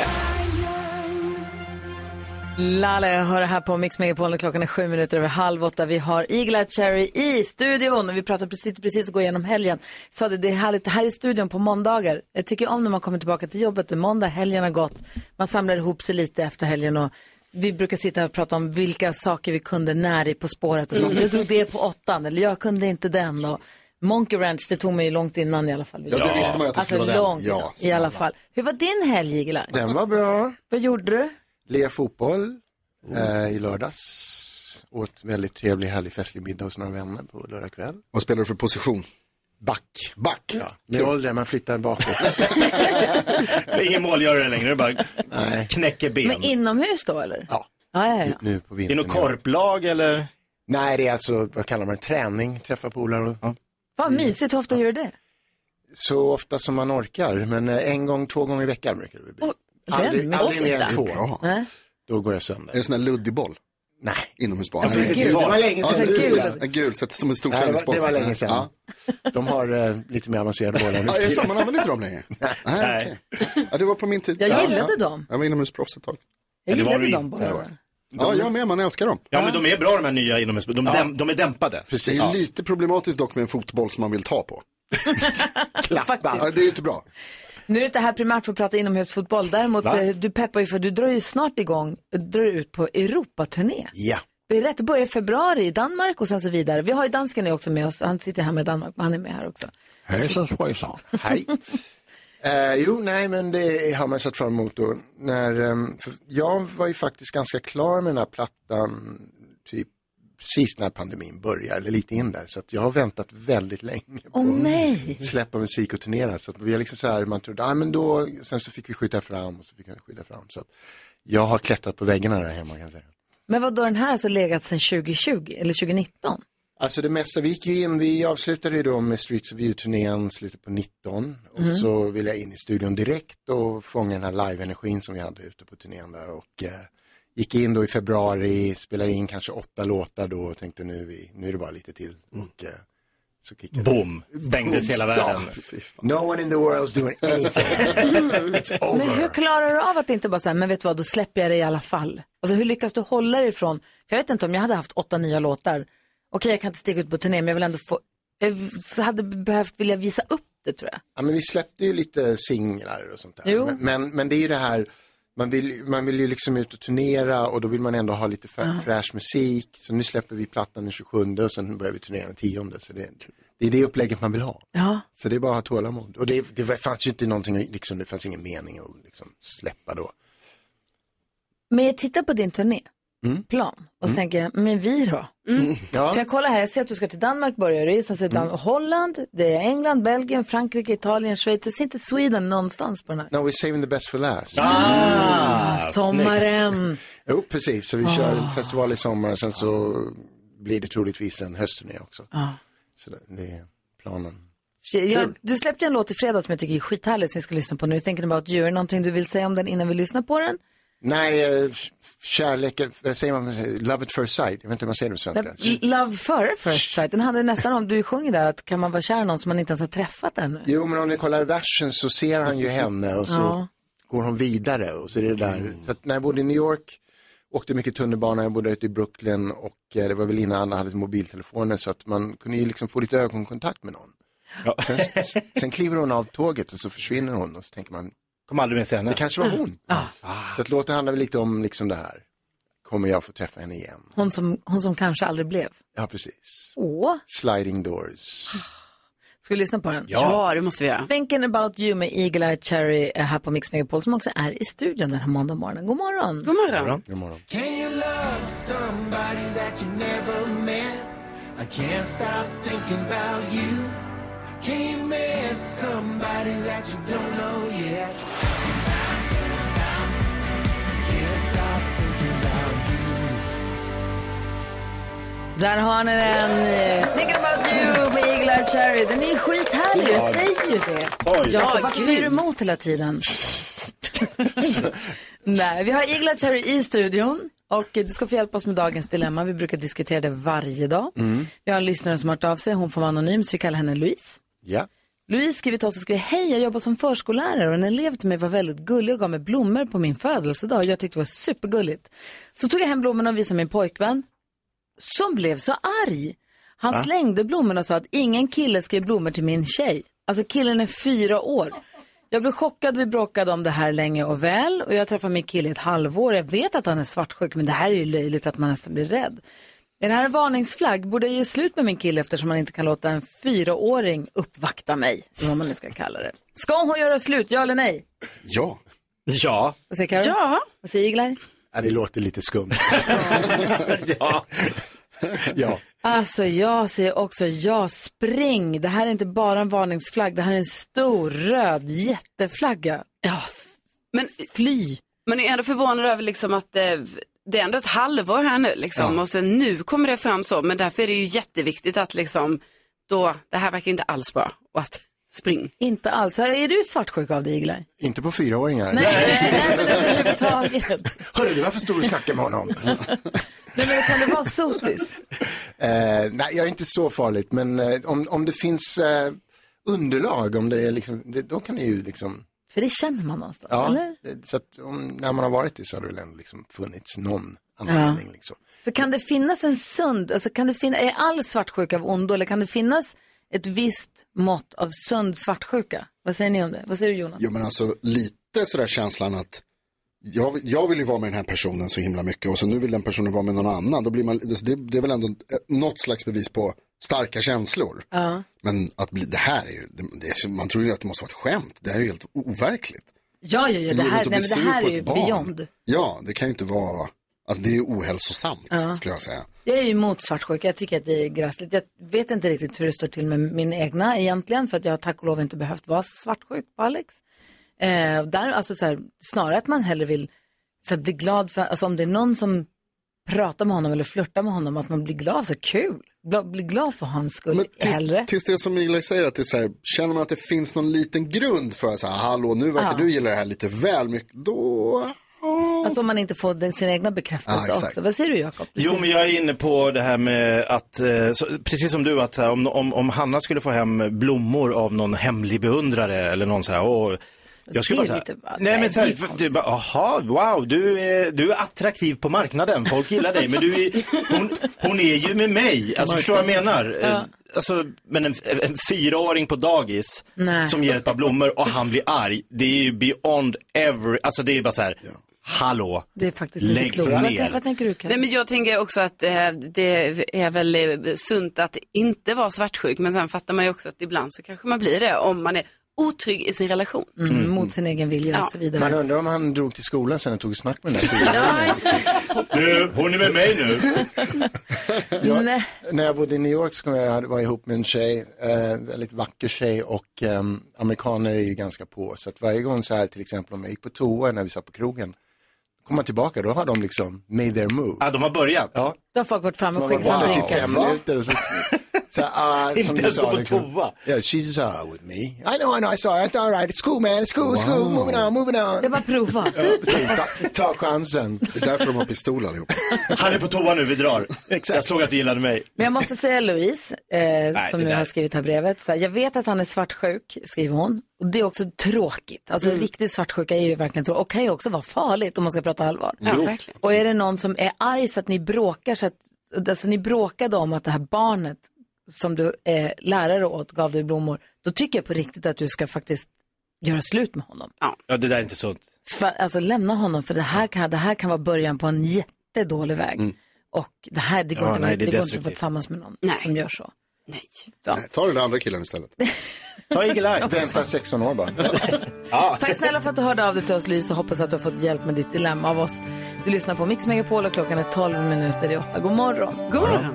Lala, jag hör det här på Mix Megapol. Klockan är 7:07. Vi har Eagle Eye Cherry i studion och vi pratar precis gå igenom helgen. Så det är härligt här i studion på måndagar. Jag tycker om när man kommer tillbaka till jobbet och måndag, helgen har gått. Man samlar ihop sig lite efter helgen och vi brukar sitta här och prata om vilka saker vi kunde när i På spåret och sånt. Jag tog det på 8 eller jag kunde inte den och Monkey Ranch, det tog mig långt innan i alla fall. Ja, det visste man ju att det skulle vara långt den. I alla fall. Hur var din helg, Eagle Eye? Den var bra. Vad gjorde du? Lea fotboll i lördags. Åt väldigt trevlig, härlig, festlig middag hos några vänner på lördag kväll. Vad spelar du för position? Back. Ja. Med åldern, man flyttar bakåt. Det är ingen målgörare längre, det bara knäcker ben. Men inomhus då, eller? Ja. Nu på vintern. Är det något korplag, eller? Nej, det är alltså, vad kallar man, träning, träffa polare. Och... Vad mysigt, hur ofta gör du det? Så ofta som man orkar, men 2 gånger i veckan brukar det bli. Aldrig mer än 2. Då går det sönder. Är det sån här luddig boll? Nej. Inomhusboll. Alltså, det var länge sedan. Gul, så som en stor tennisboll. Det var länge sedan. De har lite mer avancerade bollar nu. Ja, man använder inte dem längre. Nej. Ja, det var på min tid. Jag gillade dem. Jag var inomhusproffs ett tag. Jag gillade dem bara. Ja, jag med, man älskar dem. Ja, men de är bra de här nya inomhusbollarna. De är dämpade. Precis. Det är lite problematiskt dock med en fotboll som man vill ta på. Klappa. Ja, det är inte bra. Nu är det inte här primärt för att prata inomhusfotboll. Däremot du peppar ju för du drar ju snart igång, drar ut på Europaturné. Ja. Berätta, börjar i februari i Danmark och sen så vidare. Vi har ju dansken nu också med oss. Han sitter här med Danmark, men han är med här också. Hejsan svejsan. Hej. Men det har man sett fram emot då. Jag var ju faktiskt ganska klar med den här plattan typ precis när pandemin började, eller lite in där. Så att jag har väntat väldigt länge på att släppa musik och turnera. Så att vi har liksom så här, man trodde, men då, sen så fick vi skjuta fram och så fick vi skjuta fram. Så att jag har klättrat på väggarna där hemma kan jag säga. Men vad då den här så legat sedan 2020 eller 2019? Alltså det mesta, vi avslutade ju då med Streets of You-turnén slutet på 19 och så ville jag in i studion direkt och fånga den här live-energin som vi hade ute på turnén där och gick in då i februari, spelade in kanske 8 låtar då och tänkte nu är det bara lite till och så kickade boom, stängdes hela världen. No one in the world's doing anything. It's over. Men hur klarar du av att inte bara säga, men vet du vad, då släpper jag det i alla fall? Alltså hur lyckas du hålla dig ifrån, för jag vet inte om jag hade haft 8 nya låtar. Okej, jag kan inte stiga ut på turné, men jag vill ändå så hade vilja visa upp det tror jag. Ja, men vi släppte ju lite singlar och sånt där. Men det är ju det här, man vill ju liksom ut och turnera och då vill man ändå ha lite fräsch musik. Så nu släpper vi plattan den 27 och sen börjar vi turnera den 10. Så det är det upplägget man vill ha. Ja. Så det är bara att ha tålamod. Och det fanns ju inte någonting, liksom, det fanns ingen mening att liksom släppa då. Men jag tittar på din turnéplan och så tänker jag, men vi då? Ja. För jag kollar här, jag ser att du ska till Danmark, börjar du, sen så Holland, det är England, Belgien, Frankrike, Italien, Schweiz, det är inte Sweden någonstans på den här. No, we're saving the best for last. Sommaren. Jo, precis, så vi kör en festival i sommar och sen så blir det troligtvis en höstturné också. Så det är planen. Du släppte en låt i fredags som jag tycker är skithärlig som vi ska lyssna på nu. Tänker du bara att gör någonting du vill säga om den innan vi lyssnar på den? Nej, kärlek, säger man, love at first sight. Jag vet inte hur man säger det på svenska. Love for first sight. Den handlar nästan om, du sjunger där att kan man vara kär någon som man inte ens har träffat ännu? Jo, men om ni kollar versen så ser han ju henne och så går hon vidare och så är det där. Så att när jag bodde i New York åkte mycket tunnelbana, jag bodde ute i Brooklyn och det var väl innan alla hade mobiltelefoner så att man kunde ju liksom få lite ögonkontakt med någon. Ja. Sen kliver hon av tåget och så försvinner hon och så tänker man, kommer aldrig mer se henne. Det kanske var hon. Så att låten handlar väl lite om liksom det här. Kommer jag få träffa henne igen? Hon som kanske aldrig blev. Ja, precis. Sliding Doors. Ska vi lyssna på den? Ja, det måste vi göra. Thinking about you med Eagle Eye Cherry här på Mix Megapol som också är i studion den här måndag morgonen. God morgon. God morgon. God morgon. Can you love somebody that you never met? I can't stop thinking about you. Can you miss somebody that you don't know yet? Där har ni den. Thinking about you med Eagle Eye Cherry. Den är skithärlig, jag säger ju det. Varför säger du emot hela tiden? Nej, vi har Eagle Eye Cherry i studion. Och du ska få hjälpa oss med dagens dilemma. Vi brukar diskutera det varje dag. Vi har en lyssnare som har hört av sig. Hon får vara anonym så vi kallar henne Louise. Ja. Louise skriver till oss och skriver: hej, jag jobbar som förskollärare och en elev till mig var väldigt gullig och gav mig blommor på min födelsedag. Jag tyckte det var supergulligt. Så tog jag hem blommorna och visade min pojkvän som blev så arg. Han slängde blommorna och sa att ingen kille ska ge blommor till min tjej. Alltså killen är 4 år. Jag blev chockad, vi bråkade om det här länge och väl. Och jag träffade min kille i ett halvår. Jag vet att han är svartsjuk, men det här är ju löjligt att man nästan blir rädd. Är det här en varningsflagg? Borde jag ge slut med min kille eftersom man inte kan låta en 4-åring uppvakta mig? Vad man nu ska kalla det. Ska hon göra slut, ja eller nej? Ja. Ja. Vad säger Karo? Ja. Vad säger Iglaj? Ja, det låter lite skumt. Ja. Ja. Alltså jag säger också spring. Det här är inte bara en varningsflagg. Det här är en stor röd jätteflagga. Ja, men fly. Men jag är ändå förvånad över liksom att det är ändå ett halvår här nu liksom. Och sen nu kommer det fram så. Men därför är det ju jätteviktigt att liksom då, det här verkar inte alls bra. Och att spring. Inte alls. Är du svartsjuk av dig, Iglaj? Inte på 4-åringar. Nej, men överhuvudtaget. Hörru, du, varför står du och snackar med honom? Nej, men kan det vara sotis? Nej, jag är inte så farligt. Men om det finns underlag, om det är liksom, då kan det ju liksom... För det känner man någonstans, ja, eller? Så att när man har varit det så har det väl ändå liksom funnits någon anledning. Liksom. För kan det finnas en sund, alltså är all svartsjuka av ondo, eller kan det finnas ett visst mått av sund svartsjuka? Vad säger ni om det? Vad säger du, Jonas? Jo, men alltså lite sådär känslan att jag vill ju vara med den här personen så himla mycket och så nu vill den personen vara med någon annan. Då blir man, det är väl ändå något slags bevis på starka känslor. Men att det här är ju, man tror ju att det måste vara ett skämt. Det här är ju helt overkligt. Ja, det här är ju beyond. Ja, det kan ju inte vara, alltså det är ju ohälsosamt skulle jag säga. Jag är ju emot svartsjuka, jag tycker att det är gräsligt. Jag vet inte riktigt hur det står till med min egna egentligen, för att jag har tack och lov inte behövt vara svartsjuk på Alex. Där, alltså så här, snarare att man hellre vill så här, bli glad för, alltså om det är någon som pratar med honom eller flörtar med honom, att man blir glad, så kul. Blir glad för hans skull hellre. Tills det som Mila säger, att det är så här, känner man att det finns någon liten grund för så här, hallå, nu verkar du gilla det här lite väl mycket, då... Alltså om man inte får sin egna bekräftelse också. Vad säger du, Jakob? Jo, men jag är inne på det här med att, precis som du, att om Hanna skulle få hem blommor av någon hemlig beundrare eller någon så här, och jag skulle bara säga, nej men så här, du bara, aha, wow, du är attraktiv på marknaden, folk gillar dig, men hon är ju med mig, alltså förstår vad jag menar? Alltså, men en 4-åring på dagis som ger ett par blommor och han blir arg, det är ju beyond ever, alltså det är bara så här, hallå, det är faktiskt lite klokt. Vad tänker du, Karin? Nej, men jag tänker också att det är väl sunt att inte vara svartsjuk, men sen fattar man ju också att ibland så kanske man blir det om man är otrygg i sin relation. Mot sin egen vilja och så vidare. Man undrar om han drog till skolan sen och tog snack med den här du, hon är med mig nu. När jag bodde i New York så kom jag var ihop med en tjej, väldigt vacker tjej, och amerikaner är ju ganska på. Så att varje gång så här, till exempel om jag gick på toa när vi satt på krogen, kom man tillbaka, då har de liksom made their move. Ja, de har börjat. Ja. Då har folk varit framme och skickat fram drinkar. 5 minuter och så... Inte ens gå på toa. Yeah, she's with me. I know, I saw it. All right, it's cool, man. It's cool. Moving on. Det var prova. Ta chansen. Det är därför de har pistol allihop. Han är på toa nu, vi drar. Jag såg att du gillade mig. Men jag måste säga Louise, som nu har skrivit här brevet. Så här, jag vet att han är svartsjuk, skriver hon. Och det är också tråkigt. Alltså riktigt svartsjuka är ju verkligen tråkigt. Och kan ju också vara farligt om man ska prata allvar. Ja, verkligen. Och är det någon som är arg så att ni bråkar, så att alltså, ni bråkade om att det här barnet som du är lärare åt gav dig blommor, då tycker jag på riktigt att du ska faktiskt göra slut med honom. Ja, det där är inte så. Alltså lämna honom, för det här kan vara början på en jättedålig väg. Och det går inte att vara tillsammans med någon som gör så. Nej. Ta den andra killen istället. Ta Eagle-Eye. Vänta 16 år bara. Tack snälla för att du hörde av dig till oss, Louise, och hoppas att du har fått hjälp med ditt dilemma av oss. Du lyssnar på Mix Megapol och klockan är 12:12. God morgon. God morgon.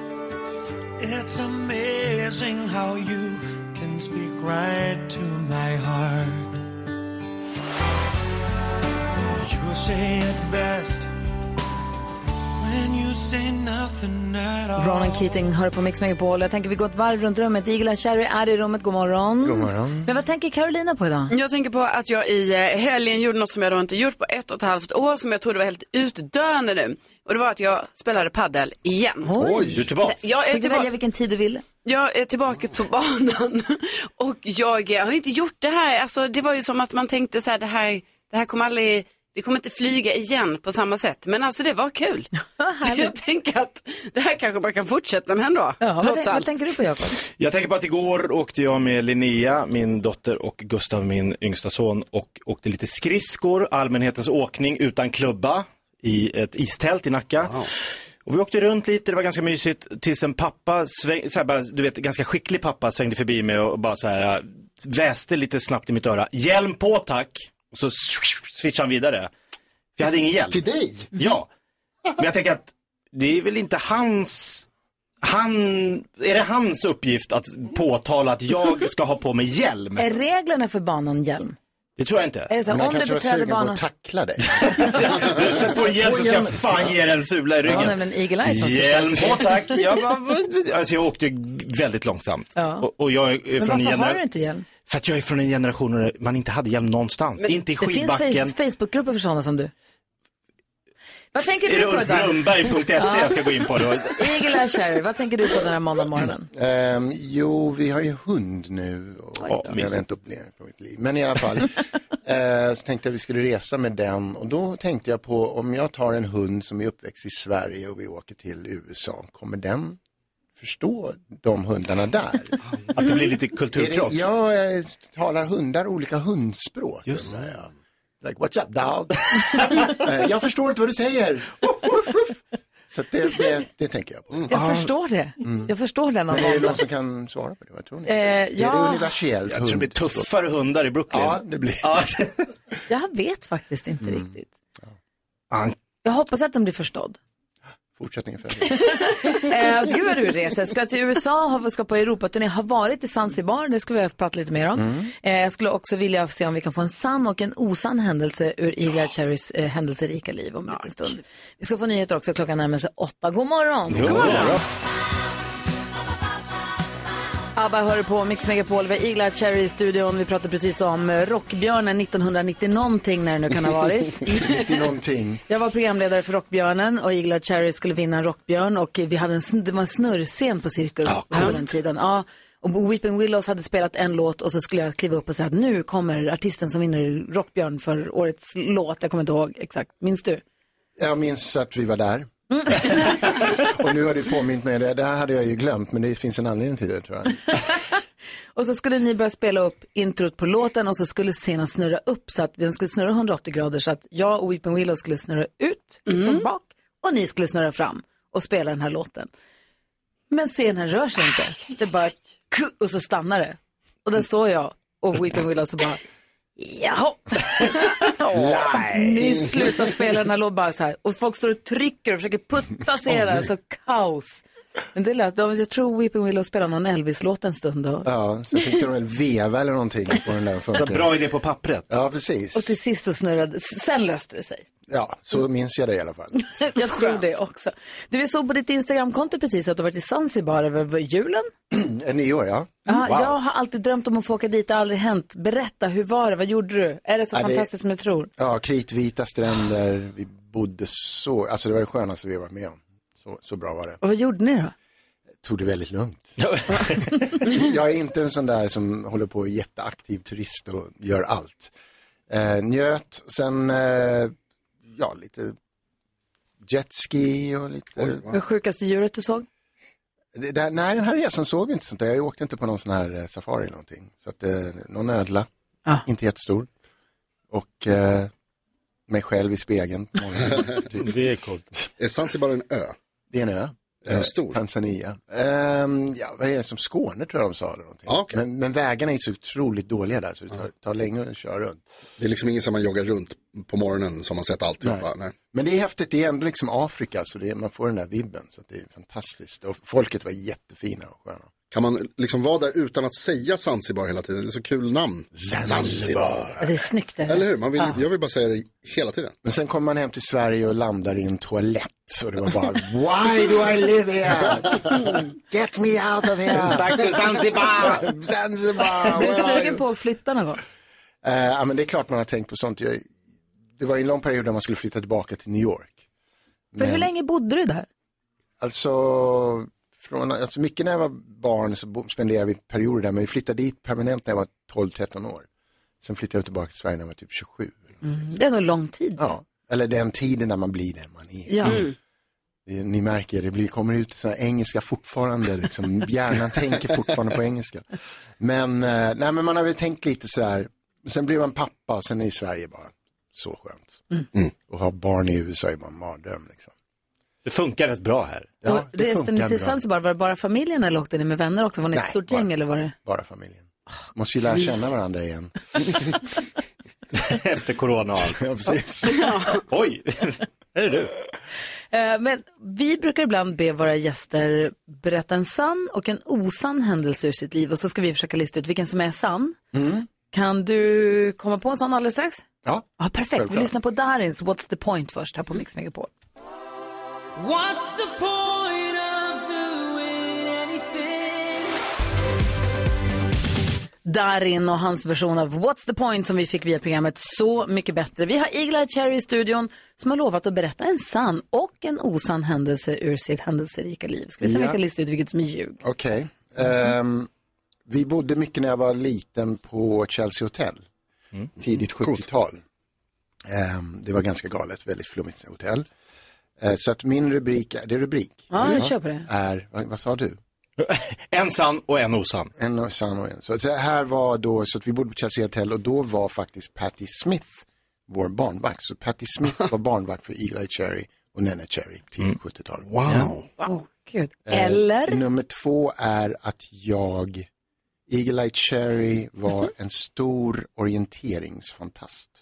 It's amazing how you can speak right to my heart. You say it best when you say nothing at all. Ronan Keating hör på Mix Megapol. Jag tänker vi går ett varv runt rummet. Eagle Cherry är i rummet. God morgon. God morgon. Men vad tänker Carolina på idag? Jag tänker på att jag i helgen gjorde något som jag då inte gjort på 1,5 år, som jag trodde var helt utdöende nu. Och det var att jag spelade paddel igen. Oj, du är tillbaka. Fick du välja vilken tid du ville? Jag är tillbaka på banan. Och jag har inte gjort det här. Alltså, det var ju som att man tänkte så här, det här kommer aldrig... Det kommer inte flyga igen på samma sätt. Men alltså det var kul. Så jag tänker att det här kanske bara kan fortsätta med ändå. Ja, vad tänker du på, Jakob? Jag tänker på att igår åkte jag med Linnea, min dotter, och Gustav, min yngsta son, och åkte lite skridskor, allmänhetens åkning utan klubba, i ett istält i Nacka. Wow. Och vi åkte runt lite, det var ganska mysigt, tills en pappa, du vet, ganska skicklig pappa svängde förbi mig och bara så här väste lite snabbt i mitt öra. Hjälm på, tack! Och så switchade han vidare. För jag hade ingen hjälp. Till dig? Ja. Men jag tänker att det är väl inte är det hans uppgift att påtala att jag ska ha på mig hjälm? Är reglerna för banan hjälm? Det tror jag inte. Är det så, men om du beträder banan... på att tackla dig. Sätt på hjälm så ska jag fan ge en sula i ryggen. Ja, nämligen Eagle-Eye. Hjälm på, tack. Alltså jag åkte väldigt långsamt. Ja. Och jag är men från varför har du inte hjälm? För att jag är från en generation där man inte hade hjälm någonstans. Men inte i skidbacken. Det finns Facebookgrupper för sådana som du. Vad tänker du på då? Är det ulfbrumberg.se jag ska gå in på då? Eagle Cherry, vad tänker du på den här måndagmorgonen? Jo, vi har ju hund nu. Och jag har inte upplevt på mitt liv. Men i alla fall, så tänkte jag att vi skulle resa med den. Och då tänkte jag på, om jag tar en hund som är uppväxt i Sverige och vi åker till USA, kommer den förstå de hundarna där? Att det blir lite kulturkrock? Jag talar hundar olika hundspråk. Just det. Like, what's up dog? Jag förstår inte vad du säger. Så det tänker jag på. Jag förstår det. Jag förstår den. Men är det någon som kan svara på det? Vad tror ni? Är det universellt? Jag tror det blir tuffare hundar i Brooklyn. Ja, det blir. Jag vet faktiskt inte riktigt. Jag hoppas att de blir förstådd. Fortsättningen för Gud vad du reser. Ska till USA, ska på Europaturné, har varit i Zanzibar. Det ska vi prata lite mer om. Jag skulle också vilja se om vi kan få en sann och en osann händelse ur Eagle-Eye Cherrys händelserika liv om en liten stund. Vi ska få nyheter också, klockan närmar sig 8. God morgon! God morgon! Abba hör på Mix Megapol, vi har Eagle-Eye Cherry i studion. Vi pratade precis om Rockbjörnen 1990 någonting när det nu kan ha varit. 90 någonting. Jag var programledare för Rockbjörnen och Eagle-Eye Cherry skulle vinna en Rockbjörn och vi hade det var en snurrscen på Cirkus på den tiden. Ja, och Weeping Willows hade spelat en låt och så skulle jag kliva upp och säga att nu kommer artisten som vinner Rockbjörn för årets låt. Jag kommer inte ihåg exakt. Minns du? Jag minns att vi var där. Och nu har du påmint mig det här hade jag ju glömt, men det finns en anledning till det, tror jag. Och så skulle ni börja spela upp introt på låten och så skulle scenen snurra upp så att den skulle snurra 180 grader så att jag och Weeping Willows skulle snurra ut som bak och ni skulle snurra fram och spela den här låten. Men scenen rör sig inte. Det bara och så stannar det. Och där står jag och Weeping Willows och bara jaha. Ni slutar spela den här låten bara så här. Och folk står och trycker och försöker putta sig där. Så kaos. Men det lät, jag tror Weeping Willows spelar någon Elvis-låt en stund då. Ja, så fick de en veva eller någonting på den där funken. Bra idé på pappret. Ja, precis. Och till sist så snurrade, sen löste det sig. Ja, så minns jag det i alla fall. Jag tror det också. Du, vi såg på ditt Instagram-konto precis att du varit i Zanzibar över julen. En nyår, ja. Wow. Jag har alltid drömt om att få åka dit, det har aldrig hänt. Berätta, hur var det? Vad gjorde du? Är det så fantastiskt som jag tror? Ja, kritvita stränder. Vi bodde så, alltså det var det skönaste vi var med om. Så bra var det. Och vad gjorde ni då? Tog det väldigt lugnt. Jag är inte en sån där som håller på jätteaktiv turist och gör allt. Njöt, sen lite jetski och lite... Det sjukaste djuret du såg? Nej, den här resan såg vi inte sånt där. Jag åkte inte på någon sån här safari eller någonting. Så att någon ödla, inte jättestor. Och mig själv i spegeln. Det är coolt. Är Zanzibar en ö? Det är en ö. Stor? Tanzania. Vad är det som Skåne tror jag de sa eller någonting. Okay. Men vägarna är så otroligt dåliga där så det tar länge att köra runt. Det är liksom ingen som man joggar runt på morgonen som man sett alltihopa. Nej. Men det är häftigt, det är ändå liksom Afrika så man får den där vibben så det är fantastiskt. Och folket var jättefina och sköna. Kan man liksom vara där utan att säga Zanzibar hela tiden? Det är så kul namn. Zanzibar. Det är snyggt det. Eller hur? Jag vill bara säga det hela tiden. Men sen kommer man hem till Sverige och landar i en toalett. Så det var bara, why do I live here? Get me out of here. Back to Zanzibar. Zanzibar. Du är sugen på att flytta någon gång? Ja, men det är klart man har tänkt på sånt. Det var en lång period där man skulle flytta tillbaka till New York. För hur länge bodde du där? Alltså mycket när jag var barn så spenderade vi perioder där. Men vi flyttade dit permanent när jag var 12-13 år. Sen flyttade jag tillbaka till Sverige när jag var typ 27. Det är nog lång tid. Ja, eller den tiden när man blir den man är. Ja. Ni märker, det kommer ut så här engelska fortfarande. Liksom, hjärnan tänker fortfarande på engelska. Men men man har väl tänkt lite så här. Sen blir man pappa och sen är i Sverige bara så skönt. Och ha barn i USA är bara en mardröm liksom. Det funkar rätt bra här. Ja, det reste ni till Zanzibar, var det bara familjen eller åkte ni med vänner också? Var ni ett stort gäng eller var det? Bara familjen. Måste ju lära känna varandra igen. Efter corona och allt. Ja, precis. Oj, är det du? Men vi brukar ibland be våra gäster berätta en sann och en osann händelse ur sitt liv. Och så ska vi försöka lista ut vilken som är sann. Kan du komma på en sån alldeles strax? Ja. Perfekt. Självklart. Vi lyssnar på Darins What's the Point först här på Mix Megapol. What's the point of doing anything? Darin och hans version av What's the Point som vi fick via programmet Så mycket bättre. Vi har Eagle-Eye Cherry i studion som har lovat att berätta en sann och en osann händelse ur sitt händelserika liv. Ska vi se om vi kan lista ut vilket som är ljug? Okej. Vi bodde mycket när jag var liten på Chelsea Hotel. Tidigt 70-tal. Det var ganska galet, väldigt flummigt hotell. Så att min rubrik, det är rubrik. Ja, jag kör på det. Vad sa du? En sann och en osann. En sann och en. Så här var då, så att vi bodde på Chelsea Hotel och då var faktiskt Patti Smith vår barnvakt. Så Patti Smith var barnvakt för Eagle-Eye Cherry och Nene Cherry till 70-talet. Wow. Gud. Eller? Nummer 2 är att Eagle-Eye Cherry var en stor orienteringsfantast.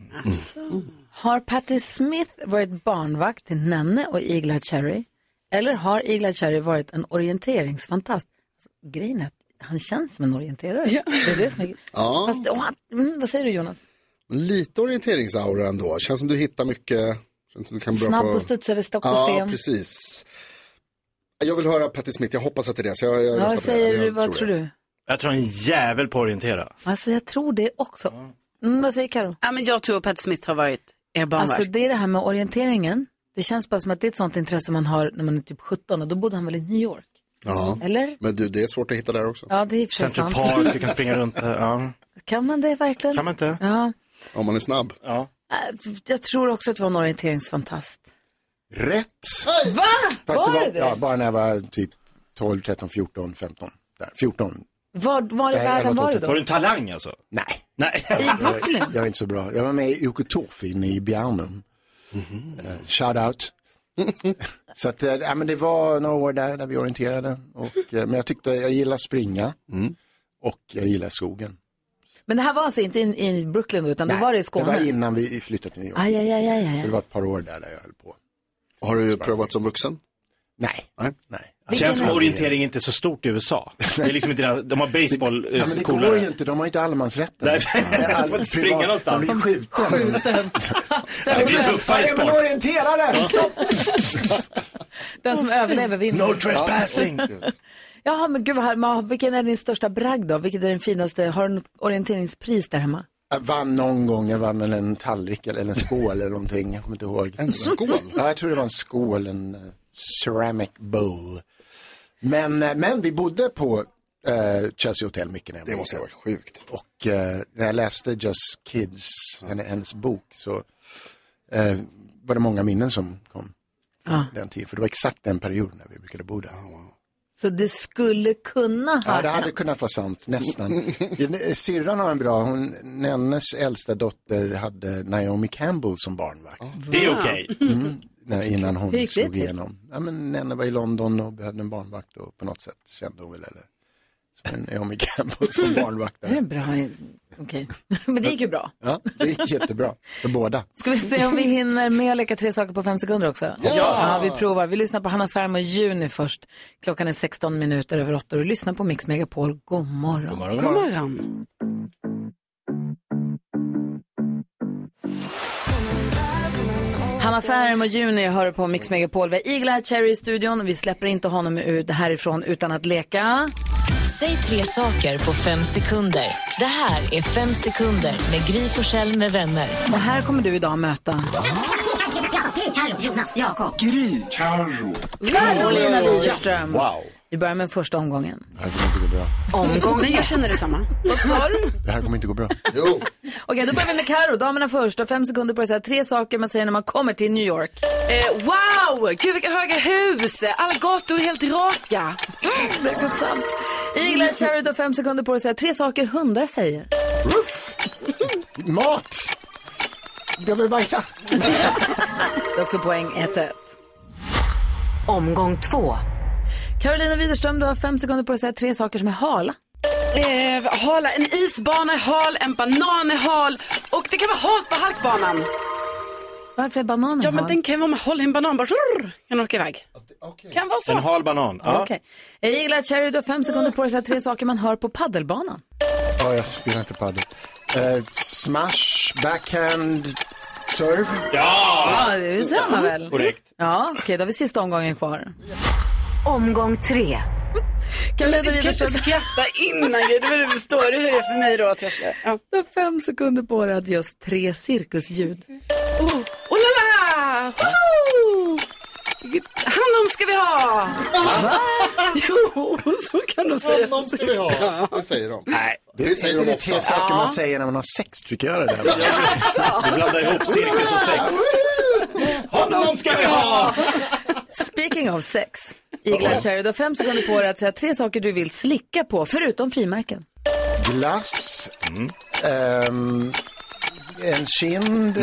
Har Patti Smith varit barnvakt till Nenne och Eagle-Eye Cherry? Eller har Eagle-Eye Cherry varit en orienteringsfantast? Alltså, grejen är att han känns som en orienterare. Ja. Det är det som är... Ja. Fast, vad säger du, Jonas? Lite orienteringsaura ändå. Känns som du hittar mycket. Du kan snabb på studs över stock och sten. Ja, precis. Jag vill höra Patti Smith. Jag hoppas att det är det. Så jag vad säger du? Vad tror du? Jag tror en jävel på att orientera. Alltså jag tror det också. Vad säger Karo? Ja, men jag tror att Patti Smith har varit er barnvakt. Alltså det är det här med orienteringen. Det känns bara som att det är ett sånt intresse man har när man är typ 17. Och då bodde han väl i New York? Ja. Eller? Men det är svårt att hitta där också. Ja, det är i och för sig Central sant. Park, du kan springa runt där. Ja. Kan man det verkligen? Kan man inte? Ja. Om man är snabb. Ja. Jag tror också att det var en orienteringsfantast. Rätt! Va? Var det? Ja, bara när jag var typ 12, 13, 14, 15. Där. 14. Var i världen var du då? Var du en talang alltså? Nej. I Brooklyn? Jag är inte så bra. Jag var med i Jocke Torfin i Bjärnum. Shout out. Så att, men det var några år där vi orienterade. Men jag tyckte jag gillar springa. Och jag gillar skogen. Men det här var alltså inte i Brooklyn utan det var det i Skåne? Det var innan vi flyttade till New York. Aj. Så det var ett par år där jag höll på. Har du prövat som vuxen? Nej. Det känns som orientering inte så stort i USA. Det är liksom inte, de har baseball men det går ju inte, de har inte allemansrätten. Nej, man springer någonstans. De blir skjuten. Det blir tuffare sport. Orienterare! Den som överlever vinner. No trespassing. Jaha, men gud vad här, vilken är din största bragd då? Vilket är den finaste? Har du något orienteringspris där hemma? Jag vann någon gång, jag vann en tallrik eller en skål eller någonting, jag kommer inte ihåg. En skål? Ja, jag tror det var en skål, en ceramic bowl. Men vi bodde på Chelsea Hotel mycket när jag var. Det måste ha varit sjukt. Och när jag läste Just Kids, hennes bok, så var det många minnen som kom den tiden. För det var exakt den perioden när vi brukade bo där. Så det skulle kunna ha Ja, det hade kunnat vara sant, nästan. Syrran har en bra, Nennes äldsta dotter hade Naomi Campbell som barnvakt. Det är okej. Innan hon Hur slog igenom. Ja, men Nenne var i London och behövde en barnvakt och på något sätt kände hon väl, eller som Naomi Campbell som barnvakt. Det är bra, okej. Men det gick ju bra. Ja, det gick jättebra för båda. Ska vi se om vi hinner med att leka 3 saker på 5 sekunder också? Ja, vi provar. Vi lyssnar på Hanna Färm och Juni först. Klockan är 16 minuter över 8 och du lyssnar på Mix Megapol. God morgon. God morgon. God morgon. Hanna Färm och Juni hör på Mix Megapol. Vi har Eagle-Eye Cherry i studion och vi släpper inte honom ut härifrån utan att leka. Säg 3 saker på 5 sekunder. Det här är 5 sekunder med Gry Forssell med vänner. Och här kommer du idag möta Carro, Jonas, Jakob. Gry. Carolina Widerström. Wow. Vi börjar med första omgången. Det här kommer inte gå bra. Omgången, jag känner detsamma. Vad sa du? Det här kommer inte gå bra. Jo. Okej, då börjar vi med Karo. Damerna först. Och 5 sekunder på att säga 3 saker man säger när man kommer till New York. Wow! Gud, vilka höga hus! Alla gator är helt raka. Det är sant. Eagle-Eye Cherry då 5 sekunder på att säga 3 saker hundar säger. Ruff! Mat! Jag vill bajsa. Det är också poäng 1-1. Omgång 2. Carolina Widerström, du har 5 sekunder på att säga 3 saker som är hala. Hala, en isbana är hal, en banan är hal och det kan vara halt på halkbanan. Varför är bananen Ja, men hal? den kan vara med håll i en banan, bara kan åka iväg. Okay. Kan vara så. En hal banan. Ja. Okej. Eagle-Eye Cherry, du har 5 sekunder på att säga 3 saker man hör på paddelbanan. Ja, jag spelar inte paddel. Smash, backhand, serve. Ja, det är man väl. Korrekt. Ja, okej, då har vi sista omgången kvar. Omgång 3. Carolina Jag ska inte Widerström, skratta innan, det förstår du hur det är för mig då att jag ska... Ja. du har 5 sekunder på dig att just 3 cirkusljud. Oh la la! Woo! Honom ska vi ha! Va? Jo, så kan de säga. Honom ska vi ha. Det säger de. Nej, det säger de ofta. 3 saker man säger när man har sex, tycker jag det där. Du blandar ihop cirkus och sex. Honom ska vi ha! Speaking of sex. Eagle-Eye Cherry, du har 5 sekunder på dig att säga 3 saker du vill slicka på, förutom frimärken. Glass, en kind.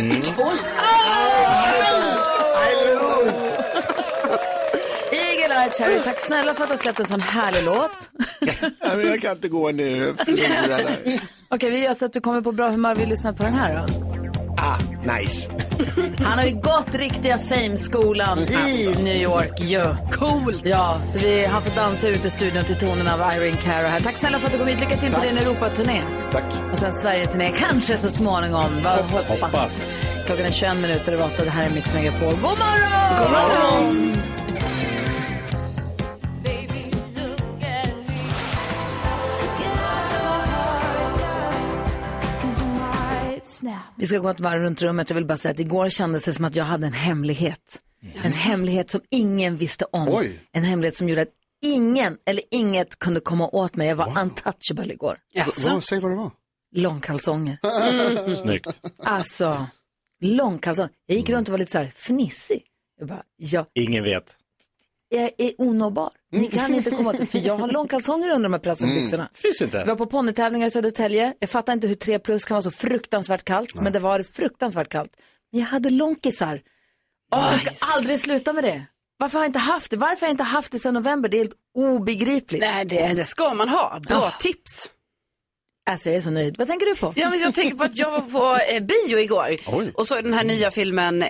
Eagle-Eye Cherry, tack snälla för att du har släppt en sån härlig låt. Ja, men jag kan inte gå nu. Okej, vi gör så att du kommer på bra humör. Vi lyssnar på den här då. Nice. Han har ju gått riktiga Fame-skolan i New York. Coolt. Ja, så han får dansa ut i studion till tonen av Irene Cara här. Tack snälla för att du kom hit. Lycka till på din Europa-turné. Tack. Och sen Sverige-turné, kanske så småningom. Hoppas. Klockan är 21 minuter över 8. Det här är Mix Megapol. God morgon! God morgon! Vi ska gå ett varv runt rummet. Jag vill bara säga att igår kändes det som att jag hade en hemlighet. En hemlighet som ingen visste om. Oj. En hemlighet som gjorde att ingen eller inget kunde komma åt mig. Jag var untouchable igår. Säg vad det var. Långkalsonger. Snyggt. Alltså, långkalsonger. Jag gick runt och var lite så här fnissig. Jag bara, Ingen vet. Jag är onåbar. Ni kan inte komma åt, för jag har långkalsonger under de här pressbyxorna. Frys inte. Vi var på ponnytävlingar i Södertälje. Jag fattar inte hur 3+ kan vara så fruktansvärt kallt. Men det var fruktansvärt kallt. Men jag hade långkisar. Jag ska aldrig sluta med det. Varför har jag inte haft det? Varför har jag inte haft det sedan november? Det är helt obegripligt. Nej, det ska man ha. Bra tips. Alltså, jag är så nöjd. Vad tänker du på? Ja, men jag tänker på att jag var på bio igår. Och såg den här nya filmen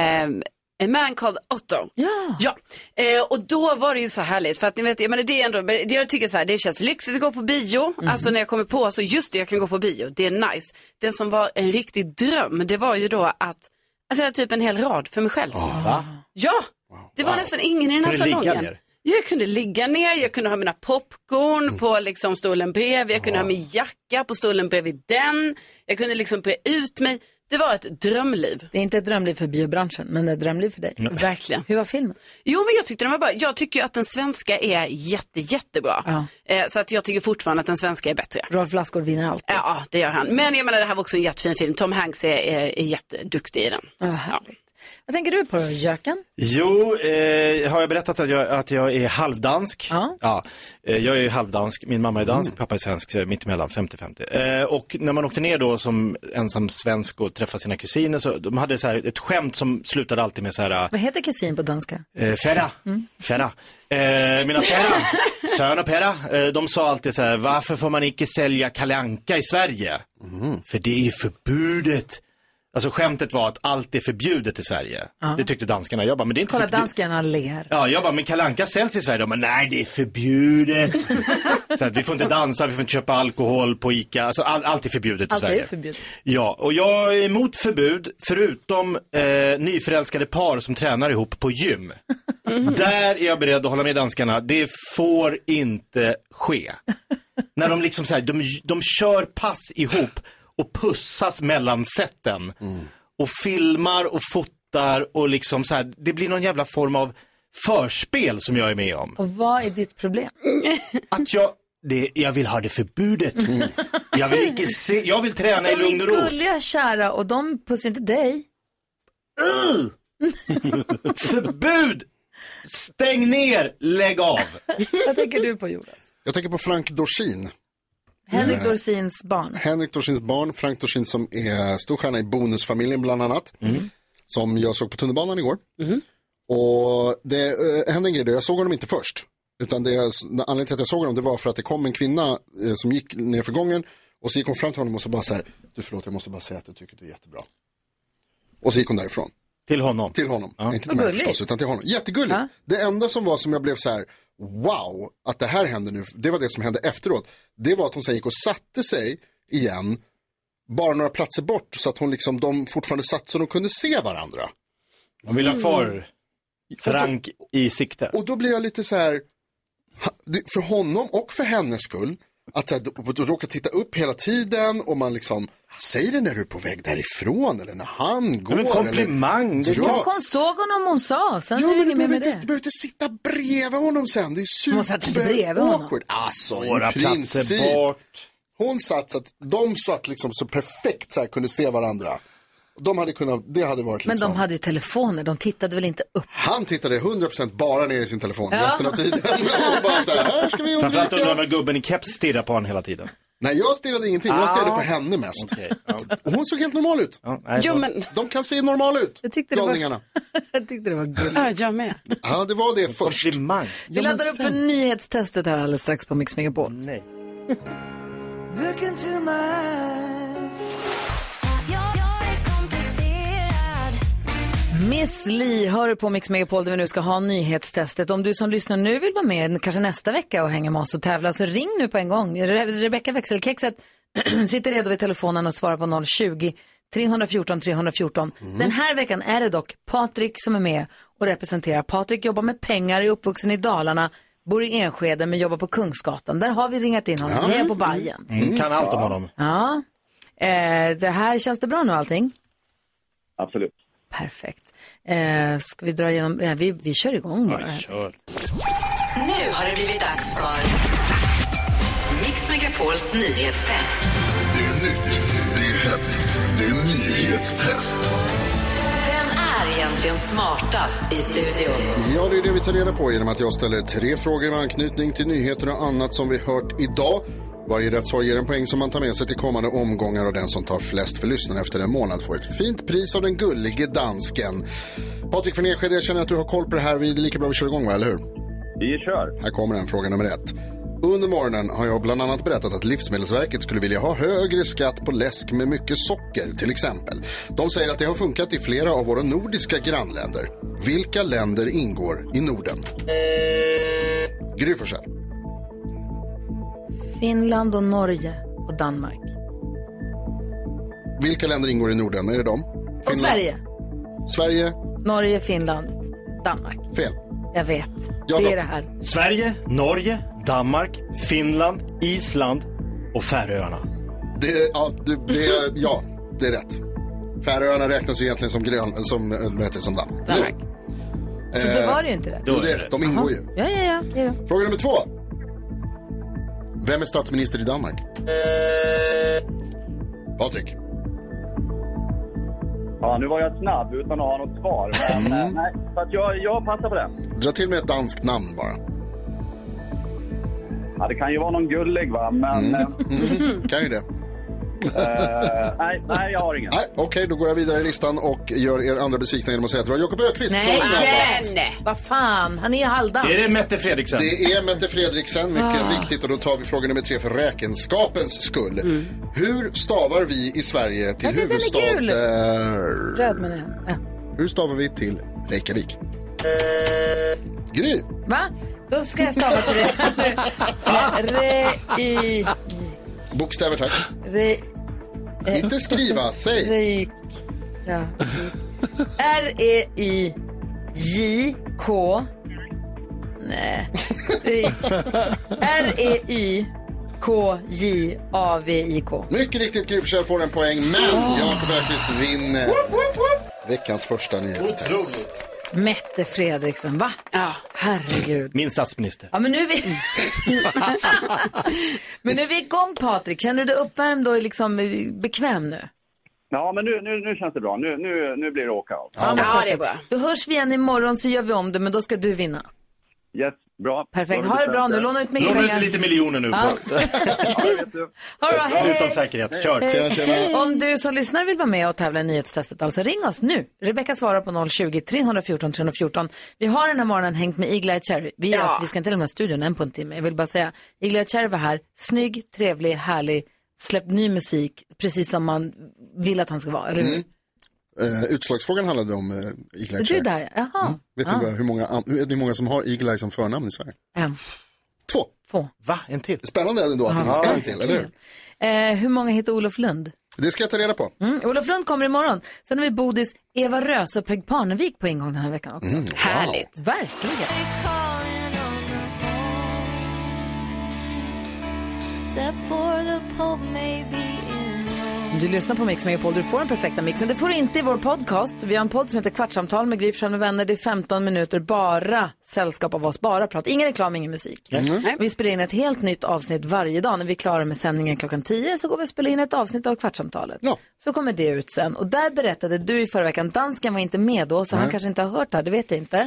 A Man Called Otto. Ja. Och då var det ju så härligt. För att ni vet, jag menar, det är ändå, jag tycker så här, det känns lyxigt att gå på bio. Alltså när jag kommer på, så just det, jag kan gå på bio. Det är nice. Den som var en riktig dröm, det var ju då att, alltså jag hade typ en hel rad för mig själv. Va? Ja, det var nästan ingen i den här salongen. Jag kunde ligga ner, jag kunde ha mina popcorn på liksom stolen bredvid. Jag kunde ha min jacka på stolen bredvid den. Jag kunde liksom bre ut mig. Det var ett drömliv. Det är inte ett drömliv för biobranschen, men ett drömliv för dig. Verkligen. Hur var filmen? Jo, men jag tyckte den var bra. Jag tycker ju att den svenska är jättebra. Så att jag tycker fortfarande att den svenska är bättre. Rolf Lassgård vinner allt. Ja, det gör han. Men jag menar, det här var också en jättefin film. Tom Hanks är jätteduktig i den. Vad tänker du på då, Jöken? Jo, har jag berättat att jag är halvdansk? Ja. Jag är halvdansk, min mamma är dansk, pappa är svensk, mittemellan 50-50. Och när man åkte ner då som ensam svensk och träffade sina kusiner, så de hade så här ett skämt som slutade alltid med så här... Vad heter kusin på danska? Ferra. Mina Ferra, Sön och Perra, de sa alltid så här: varför får man inte sälja Kalle Anka i Sverige? För det är ju förbudet. Alltså skämtet var att allt är förbjudet i Sverige. Det tyckte danskarna. Jag bara, men det är inte förbjudet. Danskarna ler. Ja, jag bara, men Kalle Anka säljs i Sverige. De bara, nej, det är förbjudet. Så att vi får inte dansa, vi får inte köpa alkohol på Ica. Alltså allt är förbjudet i Sverige. Allt är förbjudet. Ja, och jag är emot förbud, förutom nyförälskade par som tränar ihop på gym. Där är jag beredd att hålla med danskarna. Det får inte ske. När de liksom så här, de kör pass ihop och pussas mellan sätten. Och filmar och fotar och liksom så här, det blir någon jävla form av förspel som jag är med om. Och vad är ditt problem? Att jag vill ha det förbudet. Jag vill inte se, jag vill träna i lugn och ro. De är gulliga, kära, och de pussar inte dig. Förbud! Stäng ner, lägg av. Vad tänker du på, Jonas? Jag tänker på Frank Dorsin. Henrik Dorsins barn. Henrik Dorsins barn, Frank Dorsin, som är storstjärna i Bonusfamiljen bland annat. Som jag såg på tunnelbanan igår. Och det hände en grej då, jag såg honom inte först. Utan anledningen till att jag såg honom, det var för att det kom en kvinna som gick ner för gången. Och så gick hon fram till honom och så bara så här: du, förlåt, jag måste bara säga att jag tycker att du är jättebra. Och så gick hon därifrån. Till honom? Till honom, inte till mig förstås, utan till honom. Jättegulligt. Det enda som jag blev så här: wow, att det här händer nu. Det var det som hände efteråt. Det var att hon sen gick och satte sig igen, bara några platser bort, så att hon liksom, de fortfarande satt så de kunde se varandra. De vill ha kvar Frank i sikte. Och då blir jag lite så här, för honom och för hennes skull, att så här, råka titta upp hela tiden och man liksom säger det när du är på väg därifrån eller när han går. En komplimang. Hon såg honom, hon sa. Sen men du behöver inte sitta bredvid honom sen. Det är super awkward. Alltså, i princip. Hon satt så att de satt liksom så perfekt så här, kunde se varandra. De hade kunnat, det hade varit liksom... Men de hade ju telefoner, de tittade väl inte upp? Han tittade 100% bara ner i sin telefon resten av tiden. Och bara så här ska vi undvika. Framförallt undrar väl gubben i keps stirrar på honom hela tiden. Nej, jag stirrade ingenting. Jag stirrade på henne mest. Okay. Och hon såg helt normal ut. Jo, men... De kan se normal ut. Jag tyckte det var gulligt. Ja, jag med. Ja, det var det först. Vi laddar upp för nyhetstestet här alldeles strax på Mix Megapol. Nej. Look into my eyes. Miss Li hör på Mix Megapol där vi nu ska ha nyhetstestet. Om du som lyssnar nu vill vara med kanske nästa vecka och hänga med oss och tävla, så ring nu på en gång. Rebecca Växelkexet sitter redo vid telefonen och svarar på 020-314 314. Den här veckan är det dock Patrik som är med och representerar. Patrik jobbar med pengar, är uppvuxen i Dalarna, bor i Enskede men jobbar på Kungsgatan. Där har vi ringat in honom. Vi är på Bajen. Kan allt om honom. Ja. Det här, känns det bra nu allting? Absolut. Perfekt. Ska vi dra igenom? Vi kör igång bara. Nu har det blivit dags för Mix Megapols nyhetstest. Det är nytt, det är hett, det är nyhetstest. Vem är egentligen smartast i studion? Ja, det är det vi tar reda på genom att jag ställer 3 frågor med anknytning till nyheter och annat som vi hört idag. Varje rätt svar ger en poäng som man tar med sig till kommande omgångar, och den som tar flest för lyssnarna efter en månad får ett fint pris av den gullige dansken. Patrik från Enskede, jag känner att du har koll på det här. Vi är lika bra vi kör igång, va, eller hur? Vi kör. Här kommer den, fråga nummer 1. Under morgonen har jag bland annat berättat att Livsmedelsverket skulle vilja ha högre skatt på läsk med mycket socker, till exempel. De säger att det har funkat i flera av våra nordiska grannländer. Vilka länder ingår i Norden? Gry Forssell. Finland och Norge och Danmark. Vilka länder ingår i Norden? Är det de? Finland. Och Sverige. Sverige. Norge, Finland, Danmark. Fel. Jag vet. Ja, det är det här. Sverige, Norge, Danmark, Finland, Island och Färöarna. Ja, det är rätt. Färöarna räknas ju egentligen som Danmark. Så då var det ju inte rätt. Då är det. De ingår ju. Ja. Fråga nummer 2. Vem är statsminister i Danmark? Patrik. Ja, nu var jag snabb utan att ha något svar. Men, nej, så att jag passar på den. Dra till med ett danskt namn bara. Ja, det kan ju vara någon gullig, va? Men... Kan ju det. Nej, jag har ingen. Okej, då går jag vidare i listan och gör er andra besvikna genom att säga att det var Jakob Öqvist som var snabbast. Nej, vad fan, han är halvdans. Är det Mette Fredriksen? Det är Mette Fredriksen, mycket riktigt. Och då tar vi fråga nummer 3 för räkenskapens skull. Hur stavar vi i Sverige till huvudstad? Röd menar jag. Ja. Hur stavar vi till Reykjavik? Gry. Va? Då ska jag stava till det. Bokstäver, tack. Inte skriva, säg. R-E-Y-J-K. Nej. R-E-Y-K-J-A-V-I-K. Mycket riktigt, Gry Forssell får en poäng. Men Jakob Öqvist vinner veckans första nyhetstest. Mette Fredriksen, va? Ja, herregud. Min statsminister. Ja, men nu är vi... Men nu är vi igång, Patrik. Känner du dig uppvärmd och liksom bekväm nu? Ja, men nu känns det bra. Nu blir det åka av. Ja, det är bra. Då hörs vi igen imorgon så gör vi om det, men då ska du vinna. Yes, bra. Perfekt, ha det bra nu. Låna ut mycket pengar. Låna ut lite miljoner nu. Ja. Ha det bra, hej. Utan säkerhet, kör. Tjena. Om du som lyssnar vill vara med och tävla i nyhetstestet, alltså ring oss nu. Rebecca svarar på 020-314 314. Vi har den här morgonen hängt med Eagle Eye Cherry. Vi ska inte lämna studion än på en timme. Jag vill bara säga, Eagle Eye Cherry var här. Snygg, trevlig, härlig. Släppt ny musik, precis som man vill att han ska vara, eller hur? Utslagsfrågan handlade om Eagle Eye Cherry. Du där, jaha. Vet ni hur många som har Eagle Eye som förnamn i Sverige? 2. Va? En till? Spännande ändå att det finns en till, eller hur? Hur många heter Olof Lund? Det ska jag ta reda på. Olof Lund kommer imorgon. Sen har vi Bodis Eva Röse och Peg Parnevik på ingång den här veckan också. Wow. Härligt, verkligen. Du lyssnar på Mix Megapol, du får den perfekta mixen. Det får du inte i vår podcast. Vi har en podd som heter Kvartsamtal med Gry Forssell med vänner. Det är 15 minuter, bara sällskap av oss, bara prat. Ingen reklam, ingen musik. Vi spelar in ett helt nytt avsnitt varje dag. När vi är klara med sändningen 10:00 så går vi och spelar in ett avsnitt av Kvartsamtalet. Så kommer det ut sen. Och där berättade du i förra veckan, dansken var inte med då, så han kanske inte har hört det här, det vet jag inte.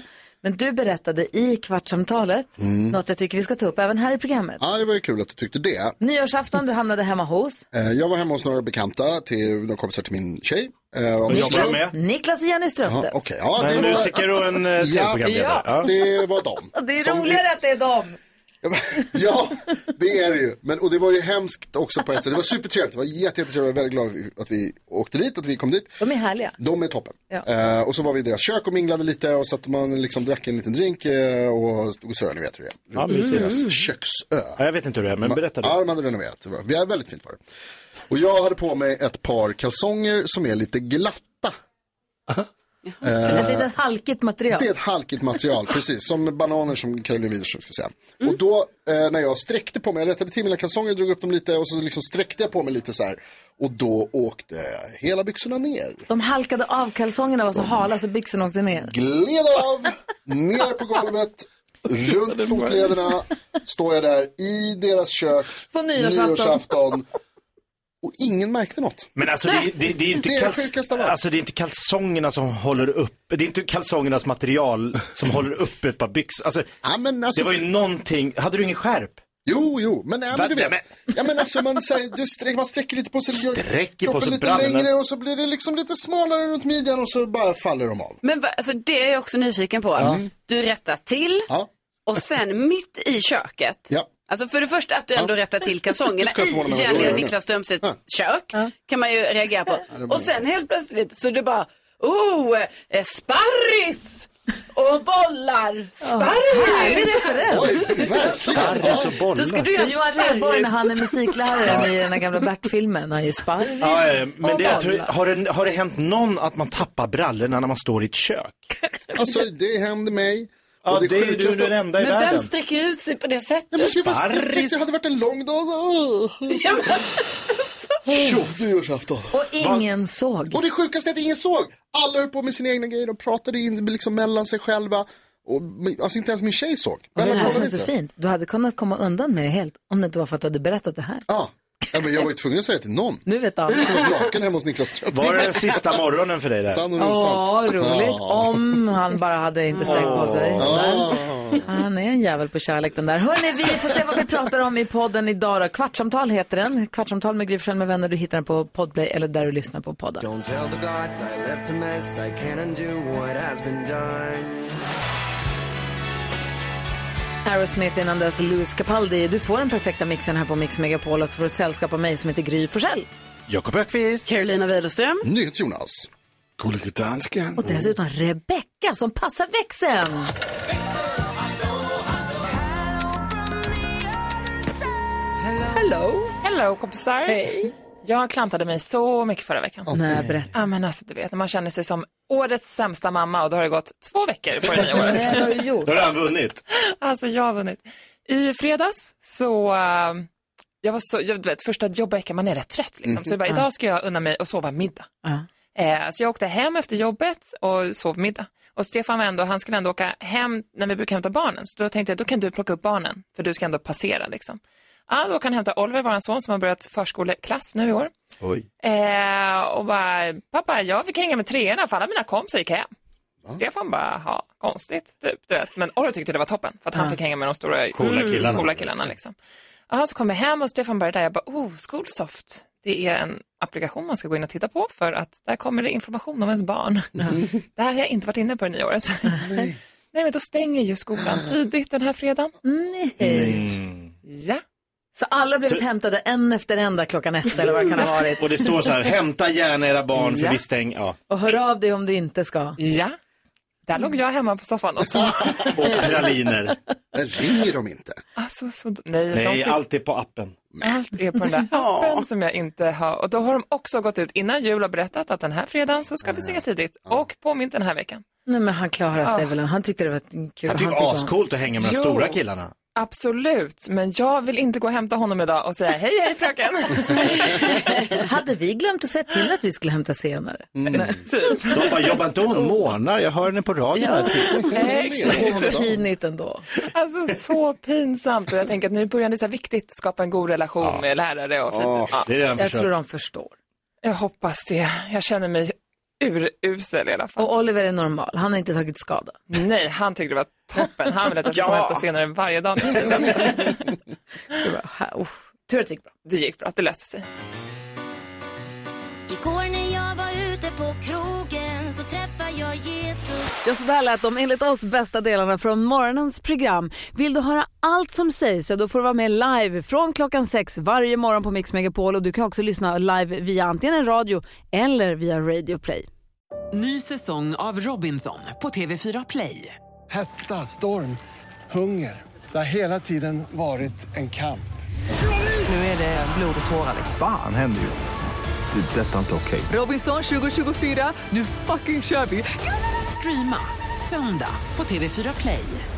Men du berättade i kvartsamtalet något jag tycker vi ska ta upp även här i programmet. Ja, det var ju kul att du tyckte det. Nyårsafton, du hamnade hemma hos? Jag var hemma hos några bekanta till några kompisar till min tjej. Niklas och Jenny Strömstedt. Okej, ja, det var musiker och en tv-programledare. Ja, det var dem. Det är roligare att det är dem. Ja, det är det ju. Och det var ju hemskt också på ett sätt. Det var supertrevligt. Det var jättetrevligt. Jag var väldigt glad att vi åkte dit, att vi kom dit. De är härliga. De är toppen. Ja. Och så var vi i deras kök och minglade lite och så att man liksom drack en liten drink och stod och sörjade, vet du det. Ja, deras köksö. Ja, jag vet inte hur det är, men berätta det. Ja, de hade renoverat. Vi är väldigt fint var det. Och jag hade på mig ett par kalsonger som är lite glatta. Ett litet halkigt material. Det är ett halkigt material, precis. Som bananer som Caroline Widerström ska säga. Och då när jag sträckte på mig, jag rättade till mina kalsonger, drog upp dem lite och så liksom sträckte jag på mig lite så här. Och då åkte hela byxorna ner. De halkade av, kalsongerna var så hala så byxorna åkte ner. Gled av, ner på golvet, runt fotlederna, står jag där i deras kök på nyårsafton. Och ingen märkte något. Men alltså det är inte det är inte kalsongerna som håller upp. Det är inte kalsongernas material som håller upp ett par byxor. Alltså, det var ju någonting. Hade du ingen skärp? Jo, men du vet. Ja, men alltså man sträcker lite på sig. Sträcker på sig lite längre och så blir det liksom lite smalare runt midjan och så bara faller de av. Men alltså det är jag också nyfiken på. Ja. Du rättar till och sen mitt i köket. Ja. Alltså för det första att du ändå rättar till kalsongerna i Jenny och Niklas Strömstedts kök kan man ju reagera på. Och sen helt plötsligt så du bara, sparris och bollar. Sparris. Då ska du göra Johan Rheborg när han är musiklärare i den här gamla Bert-filmen. Han är sparris. Ja, men har det hänt någon att man tappar brallorna när man står i ett kök? Alltså det händer mig. Ja, det är ju den enda i världen. Men vem sträcker ut sig på det sättet? Det hade varit en lång dag. Nyårsafton. Och ingen såg. Och det sjukaste är att ingen såg. Alla höll på med sina egna grejer. De pratade in liksom mellan sig själva. Och, alltså inte ens min tjej såg. Och det här som är så fint. Du hade kunnat komma undan med det helt. Om det inte var för att du hade berättat det här. Ja, men jag var ju tvungen att säga till någon. Nu vet jag. Naken hemma hos Niklas Strömstedt. Var det sista morgonen för dig där? Roligt. Om han bara hade inte stängt på sig. Han är en jävel på kärlek den där. Hörrni, vi får se vad vi pratar om i podden idag då. Kvartsamtal heter den. Kvartsamtal med Gry Forssell med vänner. Du hittar den på Podplay eller där du lyssnar på podden. Don't tell the gods I left a mess. I can't undo what has been done. Aerosmith innan dess Louis Capaldi. Du får den perfekta mixen här på Mix Megapol och så får du sällskap av mig som heter Gry Forssell. Jakob Öqvist. Carolina Widerström. Jonas. Gullige dansken. Och dessutom Rebecca som passar växeln. Hello kompisar. Hej. Jag klantade mig så mycket förra veckan. Nej, berätta. Ja, men alltså du vet, när man känner sig som årets sämsta mamma och då har det gått 2 veckor på det nya året. Vad har du gjort? Då har han vunnit. Alltså jag har vunnit. I fredags så, jag vet, första jobbveckan man är rätt trött liksom. Så jag bara, idag ska jag unna mig och sova middag. Så jag åkte hem efter jobbet och sov middag. Och Stefan var ändå, han skulle ändå åka hem när vi brukar hämta barnen. Så då tänkte jag, då kan du plocka upp barnen. För du ska ändå passera liksom. Ja, då kan jag hämta Oliver, våran son som har börjat förskoleklass nu i år. Oj. Och bara, pappa, jag fick hänga med 3:orna för alla mina kompisar gick hem. Stefan bara, konstigt, typ, du vet. Men Oliver tyckte det var toppen, för att han fick hänga med de stora coola killarna liksom. Så kom jag hem och Stefan började där, jag bara, Schoolsoft. Det är en applikation man ska gå in och titta på för att där kommer det information om ens barn. Det här har jag inte varit inne på det nya året. Nej, men då stänger ju skolan tidigt den här fredagen. Ja. Så alla blev hämtade en efter en där klockan 1 eller vad det kan ha varit. Och det står så här, hämta gärna era barn för vi stänger. Ja. Och hör av dig om du inte ska. Ja. Där låg jag hemma på soffan och så. Och praliner. Men ringer de inte? Alltså, Nej, allt är på appen. Allt är på den där appen som jag inte har. Och då har de också gått ut innan jul och berättat att den här fredagen så ska vi stänga tidigt. Och påmint den här veckan. Nej, men han klarar sig väl. Han tyckte det var kul. Han tyckte det var ascoolt att hänga med de stora killarna. Absolut, men jag vill inte gå och hämta honom idag och säga hej fröken. Hade vi glömt att säga till att vi skulle hämta senare? Typ. De bara, jobbar inte hon månader? Jag hör henne på radion. Exakt. Pinigt ändå. Alltså så pinsamt. Och jag tänker att nu börjar det så viktigt att skapa en god relation med lärare och det är jag tror de förstår. Jag hoppas det. Jag känner mig urusel i alla fall. Och Oliver är normal, han har inte tagit skada. Nej, han tyckte det var toppen. Han vill att jag ska komma hämta senare varje dag. Tur att det gick bra. Det gick bra, det löste sig. Igår när jag var ute på krogen så träffade jag Jesus. Ja, så där lät de enligt oss bästa delarna från morgonens program. Vill du höra allt som sägs så då får du vara med live från klockan 6 varje morgon på Mix Megapol. Och du kan också lyssna live via antingen en radio eller via Radio Play. Ny säsong av Robinson på TV4 Play. Hetta, storm, hunger. Det har hela tiden varit en kamp. Nu är det blod och tårar. Fan händer just det. Det är detta inte okej. Robinson 2024, nu fucking kör vi. Streama söndag på TV4 Play.